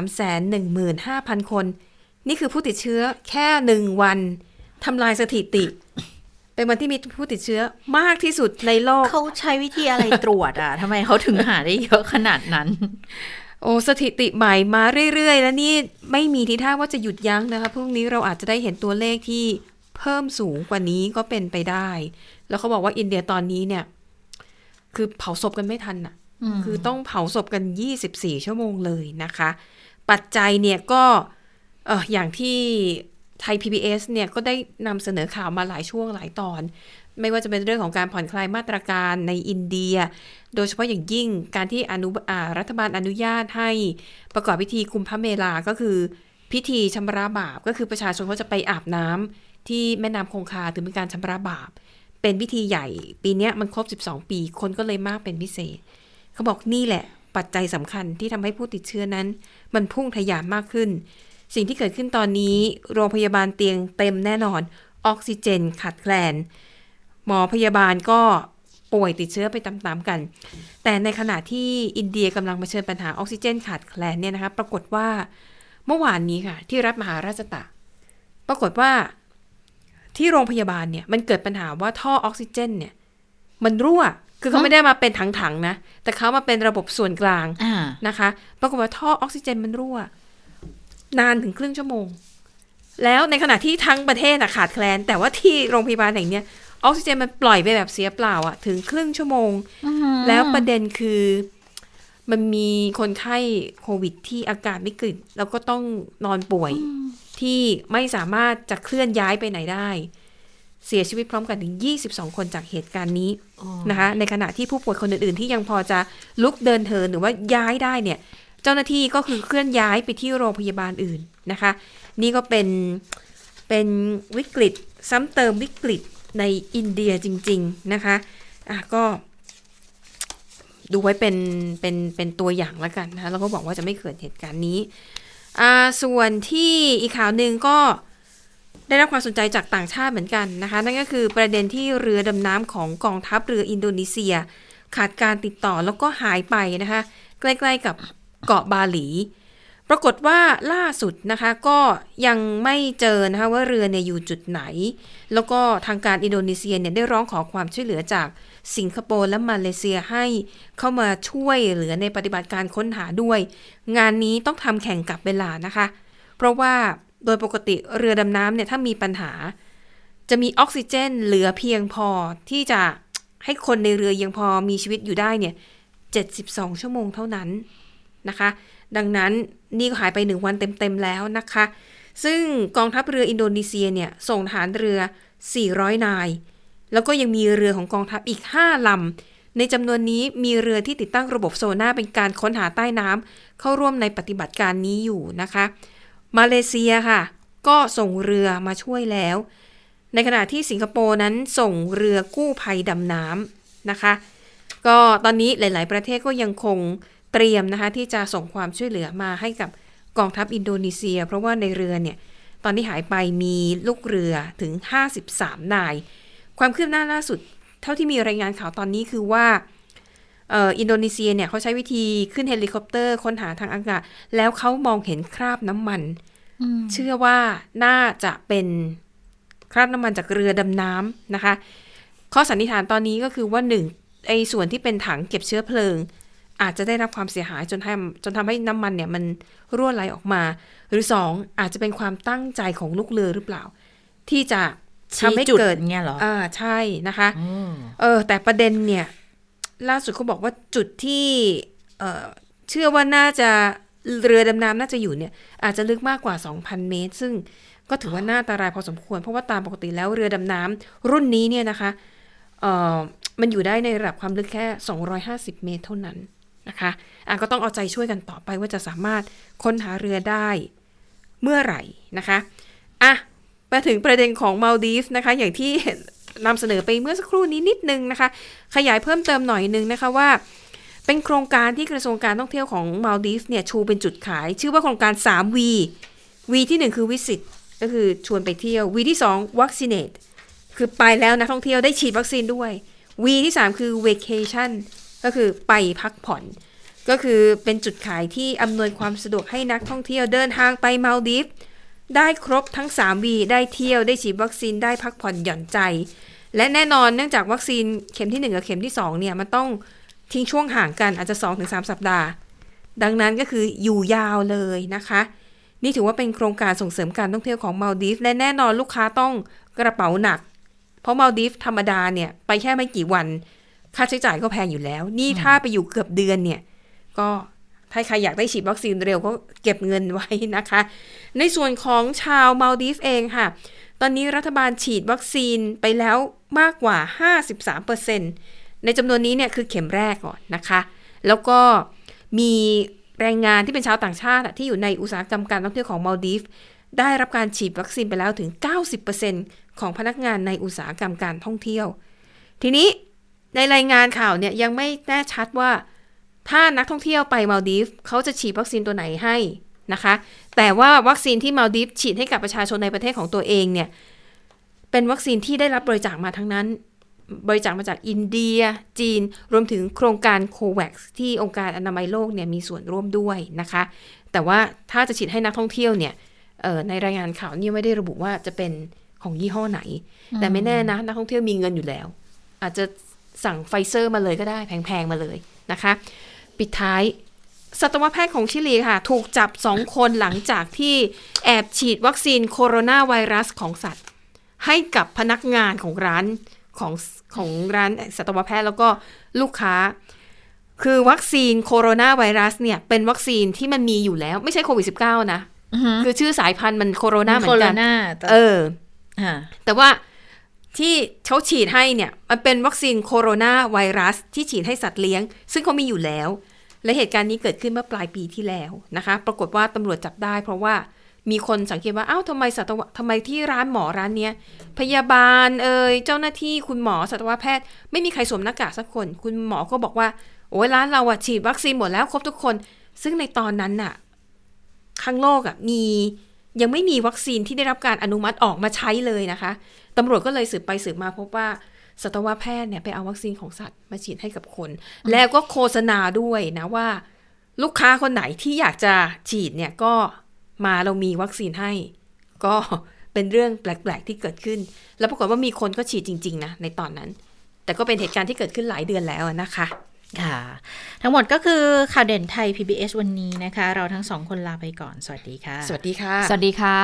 315,000 คนนี่คือผู้ติดเชื้อแค่1วันทำลายสถิติเป็นวันที่มีผู้ติดเชื้อมากที่สุดในโลกเขาใช้วิธีอะไรตรวจอ่ะ ทำไมเขาถึงหาได้เยอะขนาดนั้นโอ้สถิติใหม่มาเรื่อยๆแล้วนี่ไม่มีทีท่าว่าจะหยุดยั้งนะคะพรุ่งนี้เราอาจจะได้เห็นตัวเลขที่เพิ่มสูงกว่านี้ก็เป็นไปได้แล้วเขาบอกว่าอินเดียตอนนี้เนี่ยคือเผาศพกันไม่ทันอ่ะคือต้องเผาศพกัน24 ชั่วโมงเลยนะคะปัจจัยเนี่ยก็อย่างที่ไทย PBS เนี่ยก็ได้นำเสนอข่าวมาหลายช่วงหลายตอนไม่ว่าจะเป็นเรื่องของการผ่อนคลายมาตรการในอินเดียโดยเฉพาะอย่างยิ่งการที่รัฐบาลอนุญาตให้ประกอบพิธีคุมพระเมลาก็คือพิธีชำระบาปก็คือประชาชนเขาจะไปอาบน้ำที่แม่น้ำคงคาถือเป็นการชำระบาปเป็นพิธีใหญ่ปีนี้มันครบ12 ปีคนก็เลยมากเป็นพิเศษเขาบอกนี่แหละปัจจัยสำคัญที่ทำให้ผู้ติดเชื้อนั้นมันพุ่งทะยานมากขึ้นสิ่งที่เกิดขึ้นตอนนี้โรงพยาบาลเตียงเต็มแน่นอนออกซิเจนขาดแคลนหมอพยาบาลก็ป่วยติดเชื้อไปตามๆกันแต่ในขณะที่อินเดียกำลังเผชิญปัญหาออกซิเจนขาดแคลนเนี่ยนะคะปรากฏว่าเมื่อวานนี้ค่ะที่รัฐมหาราชตะปรากฏว่าที่โรงพยาบาลเนี่ยมันเกิดปัญหาว่าท่อออกซิเจนเนี่ยมันรั่วคือเขาไม่ได้มาเป็นถังๆนะแต่เขามาเป็นระบบส่วนกลางนะคะปรากฏว่าท่อออกซิเจนมันรั่วนานถึงครึ่งชั่วโมงแล้วในขณะที่ทั้งประเทศขาดแคลนแต่ว่าที่โรงพยาบาลแห่งนี้ออกซิเจนมันปล่อยไปแบบเสียเปล่าถึงครึ่งชั่วโมงแล้วประเด็นคือมันมีคนไข้โควิดที่อาการวิกฤตแล้วก็ต้องนอนป่วยที่ไม่สามารถจะเคลื่อนย้ายไปไหนได้เสียชีวิตพร้อมกันถึง22คนจากเหตุการณ์นี้นะคะในขณะที่ผู้ป่วยคนอื่นๆที่ยังพอจะลุกเดินเหินหรือว่าย้ายได้เนี่ยเจ้าหน้าที่ก็คือเคลื่อนย้ายไปที่โรงพยาบาลอื่นนะคะนี่ก็เป็นวิกฤตซ้ำเติมวิกฤตในอินเดียจริงๆนะคะก็ดูไว้เป็นตัวอย่างแล้วกันนะคะแล้วก็บอกว่าจะไม่เกิดเหตุการณ์นี้ส่วนที่อีกข่าวหนึ่งก็ได้รับความสนใจจากต่างชาติเหมือนกันนะคะนั่นก็คือประเด็นที่เรือดำน้ำของกองทัพเรืออินโดนีเซียขาดการติดต่อแล้วก็หายไปนะคะใกล้ๆกับเกาะบาหลีปรากฏว่าล่าสุดนะคะก็ยังไม่เจอนะคะว่าเรือเนี่ยอยู่จุดไหนแล้วก็ทางการอินโดนีเซียเนี่ยได้ร้องขอความช่วยเหลือจากสิงคโปร์และมาเลเซียให้เข้ามาช่วยเหลือในปฏิบัติการค้นหาด้วยงานนี้ต้องทำแข่งกับเวลานะคะเพราะว่าโดยปกติเรือดำน้ำเนี่ยถ้ามีปัญหาจะมีออกซิเจนเหลือเพียงพอที่จะให้คนในเรือยังพอมีชีวิตอยู่ได้เนี่ย72ชั่วโมงเท่านั้นนะคะดังนั้นนี่ก็หายไป1วันเต็มๆแล้วนะคะซึ่งกองทัพเรืออินโดนีเซียเนี่ยส่งทหารเรือ400นายแล้วก็ยังมีเรือของกองทัพอีก5ลำในจำนวนนี้มีเรือที่ติดตั้งระบบโซน่าเป็นการค้นหาใต้น้ำเข้าร่วมในปฏิบัติการนี้อยู่นะคะมาเลเซียค่ะก็ส่งเรือมาช่วยแล้วในขณะที่สิงคโปร์นั้นส่งเรือกู้ภัยดำน้ำนะคะก็ตอนนี้หลายๆประเทศก็ยังคงเตรียมนะคะที่จะส่งความช่วยเหลือมาให้กับกองทัพอินโดนีเซียเพราะว่าในเรือเนี่ยตอนที่หายไปมีลูกเรือถึง53นายความคืบหน้าล่าสุดเท่าที่มีรายงานข่าวตอนนี้คือว่าอินโดนีเซียเนี่ยเขาใช้วิธีขึ้นเฮลิคอปเตอร์ค้นหาทางอากาศแล้วเขามองเห็นคราบน้ำมันเชื่อว่าน่าจะเป็นคราบน้ำมันจากเรือดำน้ำนะคะข้อสันนิษฐานตอนนี้ก็คือว่า1ไอ้ส่วนที่เป็นถังเก็บเชื้อเพลิงอาจจะได้รับความเสียหายจนทำให้น้ำมันเนี่ยมันรั่วไหลออกมาหรือ2อาจจะเป็นความตั้งใจของลูกเรือหรือเปล่าที่จะทำให้เกิดเนี่ยหรอใช่นะคะแต่ประเด็นเนี่ยล่าสุดเขาบอกว่าจุดที่เชื่อว่าน่าจะเรือดำน้ำน่าจะอยู่เนี่ยอาจจะลึกมากกว่า 2,000 เมตรซึ่งก็ถือว่าน่าอันตรายพอสมควรเพราะว่าตามปกติแล้วเรือดำน้ำรุ่นนี้เนี่ยนะคะมันอยู่ได้ในระดับความลึกแค่250เมตรเท่านั้นนะคะก็ต้องเอาใจช่วยกันต่อไปว่าจะสามารถค้นหาเรือได้เมื่อไหร่นะคะมาถึงประเด็นของมัลดีฟส์นะคะอย่างที่นำเสนอไปเมื่อสักครู่นี้นิดนึงนะคะขยายเพิ่มเติมหน่อยนึงนะคะว่าเป็นโครงการที่กระทรวงการท่องเที่ยวของมัลดีฟส์เนี่ยชูเป็นจุดขายชื่อว่าโครงการ 3V V ที่1คือ Visit ก็คือชวนไปเที่ยว V ที่2 Vaccinate คือไปแล้วนักท่องเที่ยวได้ฉีดวัคซีนด้วย V ที่3คือ Vacation ก็คือไปพักผ่อนก็คือเป็นจุดขายที่อำนวยความสะดวกให้นักท่องเที่ยวเดินทางไปมัลดีฟส์ได้ครบทั้ง 3V ได้เที่ยวได้ฉีดวัคซีนได้พักผ่อนหย่อนใจและแน่นอนเนื่องจากวัคซีนเข็มที่1กับเข็มที่2เนี่ยมันต้องทิ้งช่วงห่างกันอาจจะ 2-3 สัปดาห์ดังนั้นก็คืออยู่ยาวเลยนะคะนี่ถือว่าเป็นโครงการส่งเสริมการท่องเที่ยวของมัลดีฟส์และแน่นอนลูกค้าต้องกระเป๋าหนักเพราะมัลดีฟส์ธรรมดาเนี่ยไปแค่ไม่กี่วันค่าใช้จ่ายก็แพงอยู่แล้วนี่ถ้าไปอยู่เกือบเดือนเนี่ยก็ถ้าใครอยากได้ฉีดวัคซีนเร็วก็เก็บเงินไว้นะคะในส่วนของชาวมัลดีฟส์เองค่ะตอนนี้รัฐบาลฉีดวัคซีนไปแล้วมากกว่า 53% ในจำนวนนี้เนี่ยคือเข็มแรกก่อนนะคะแล้วก็มีแรงงานที่เป็นชาวต่างชาติที่อยู่ในอุตสาหกรรมการท่องเที่ยวของมัลดีฟส์ได้รับการฉีดวัคซีนไปแล้วถึง 90% ของพนักงานในอุตสาหกรรมการท่องเที่ยวทีนี้ในรายงานข่าวเนี่ยยังไม่แน่ชัดว่าถ้านักท่องเที่ยวไปมัลดีฟส์เขาจะฉีดวัคซีนตัวไหนให้นะคะแต่ว่าวัคซีนที่มัลดีฟส์ฉีดให้กับประชาชนในประเทศของตัวเองเนี่ยเป็นวัคซีนที่ได้รับบริจาคมาทั้งนั้นบริจาคมาจากอินเดียจีนรวมถึงโครงการโควัคซ์ที่องค์การอนามัยโลกเนี่ยมีส่วนร่วมด้วยนะคะแต่ว่าถ้าจะฉีดให้นักท่องเที่ยวเนี่ยในรายงานข่าวนี่ไม่ได้ระบุว่าจะเป็นของยี่ห้อไหนแต่ไม่แน่นะนักท่องเที่ยวมีเงินอยู่แล้วอาจจะสั่งไฟเซอร์มาเลยก็ได้แพงๆมาเลยนะคะปิดท้ายสัตวแพทย์ของชิลีค่ะถูกจับ2 คนหลังจากที่แอบฉีดวัคซีนโคโรนาไวรัสของสัตว์ให้กับพนักงานของร้านของร้านสัตวแพทย์แล้วก็ลูกค้าคือวัคซีนโคโรนาไวรัสเนี่ยเป็นวัคซีนที่มันมีอยู่แล้วไม่ใช่โควิด 19 นะคือชื่อสายพันธุ์มันโคโรนาเหมือนกันแต่ว่าที่เขาฉีดให้เนี่ยมันเป็นวัคซีนโคโรนาไวรัสที่ฉีดให้สัตว์เลี้ยงซึ่งเขามีอยู่แล้วและเหตุการณ์นี้เกิดขึ้นเมื่อปลายปีที่แล้วนะคะปรากฏว่าตำรวจจับได้เพราะว่ามีคนสังเกตว่าอ้าวทำไมที่ร้านหมอร้านเนี้ยพยาบาลเจ้าหน้าที่คุณหมอสัตวแพทย์ไม่มีใครสวมหน้ากากสักคนคุณหมอก็บอกว่าโอ้ยร้านเราอะฉีดวัคซีนหมดแล้วครบทุกคนซึ่งในตอนนั้นน่ะข้างโลกอะยังไม่มีวัคซีนที่ได้รับการอนุมัติออกมาใช้เลยนะคะตำรวจก็เลยสืบไปสืบมาพบว่าสัตวแพทย์เนี่ยไปเอาวัคซีนของสัตว์มาฉีดให้กับคนแล้วก็โฆษณาด้วยนะว่าลูกค้าคนไหนที่อยากจะฉีดเนี่ยก็มาเรามีวัคซีนให้ก็เป็นเรื่องแปลกๆที่เกิดขึ้นแล้วปรากฏว่ามีคนก็ฉีดจริงๆนะในตอนนั้นแต่ก็เป็นเหตุการณ์ที่เกิดขึ้นหลายเดือนแล้วนะคะค่ะทั้งหมดก็คือข่าวเด่นไทย PBS วันนี้นะคะเราทั้ง2คนลาไปก่อนสวัสดีค่ะสวัสดีค่ะสวัสดีค่ะ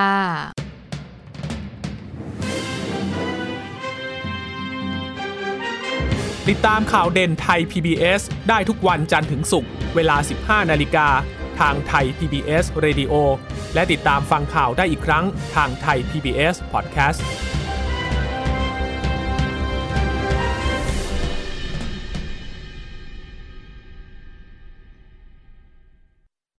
ติดตามข่าวเด่นไทย PBS ได้ทุกวันจันทร์ถึงศุกร์เวลา 15 นาฬิกาทางไทย PBS Radio และติดตามฟังข่าวได้อีกครั้งทางไทย PBS Podcast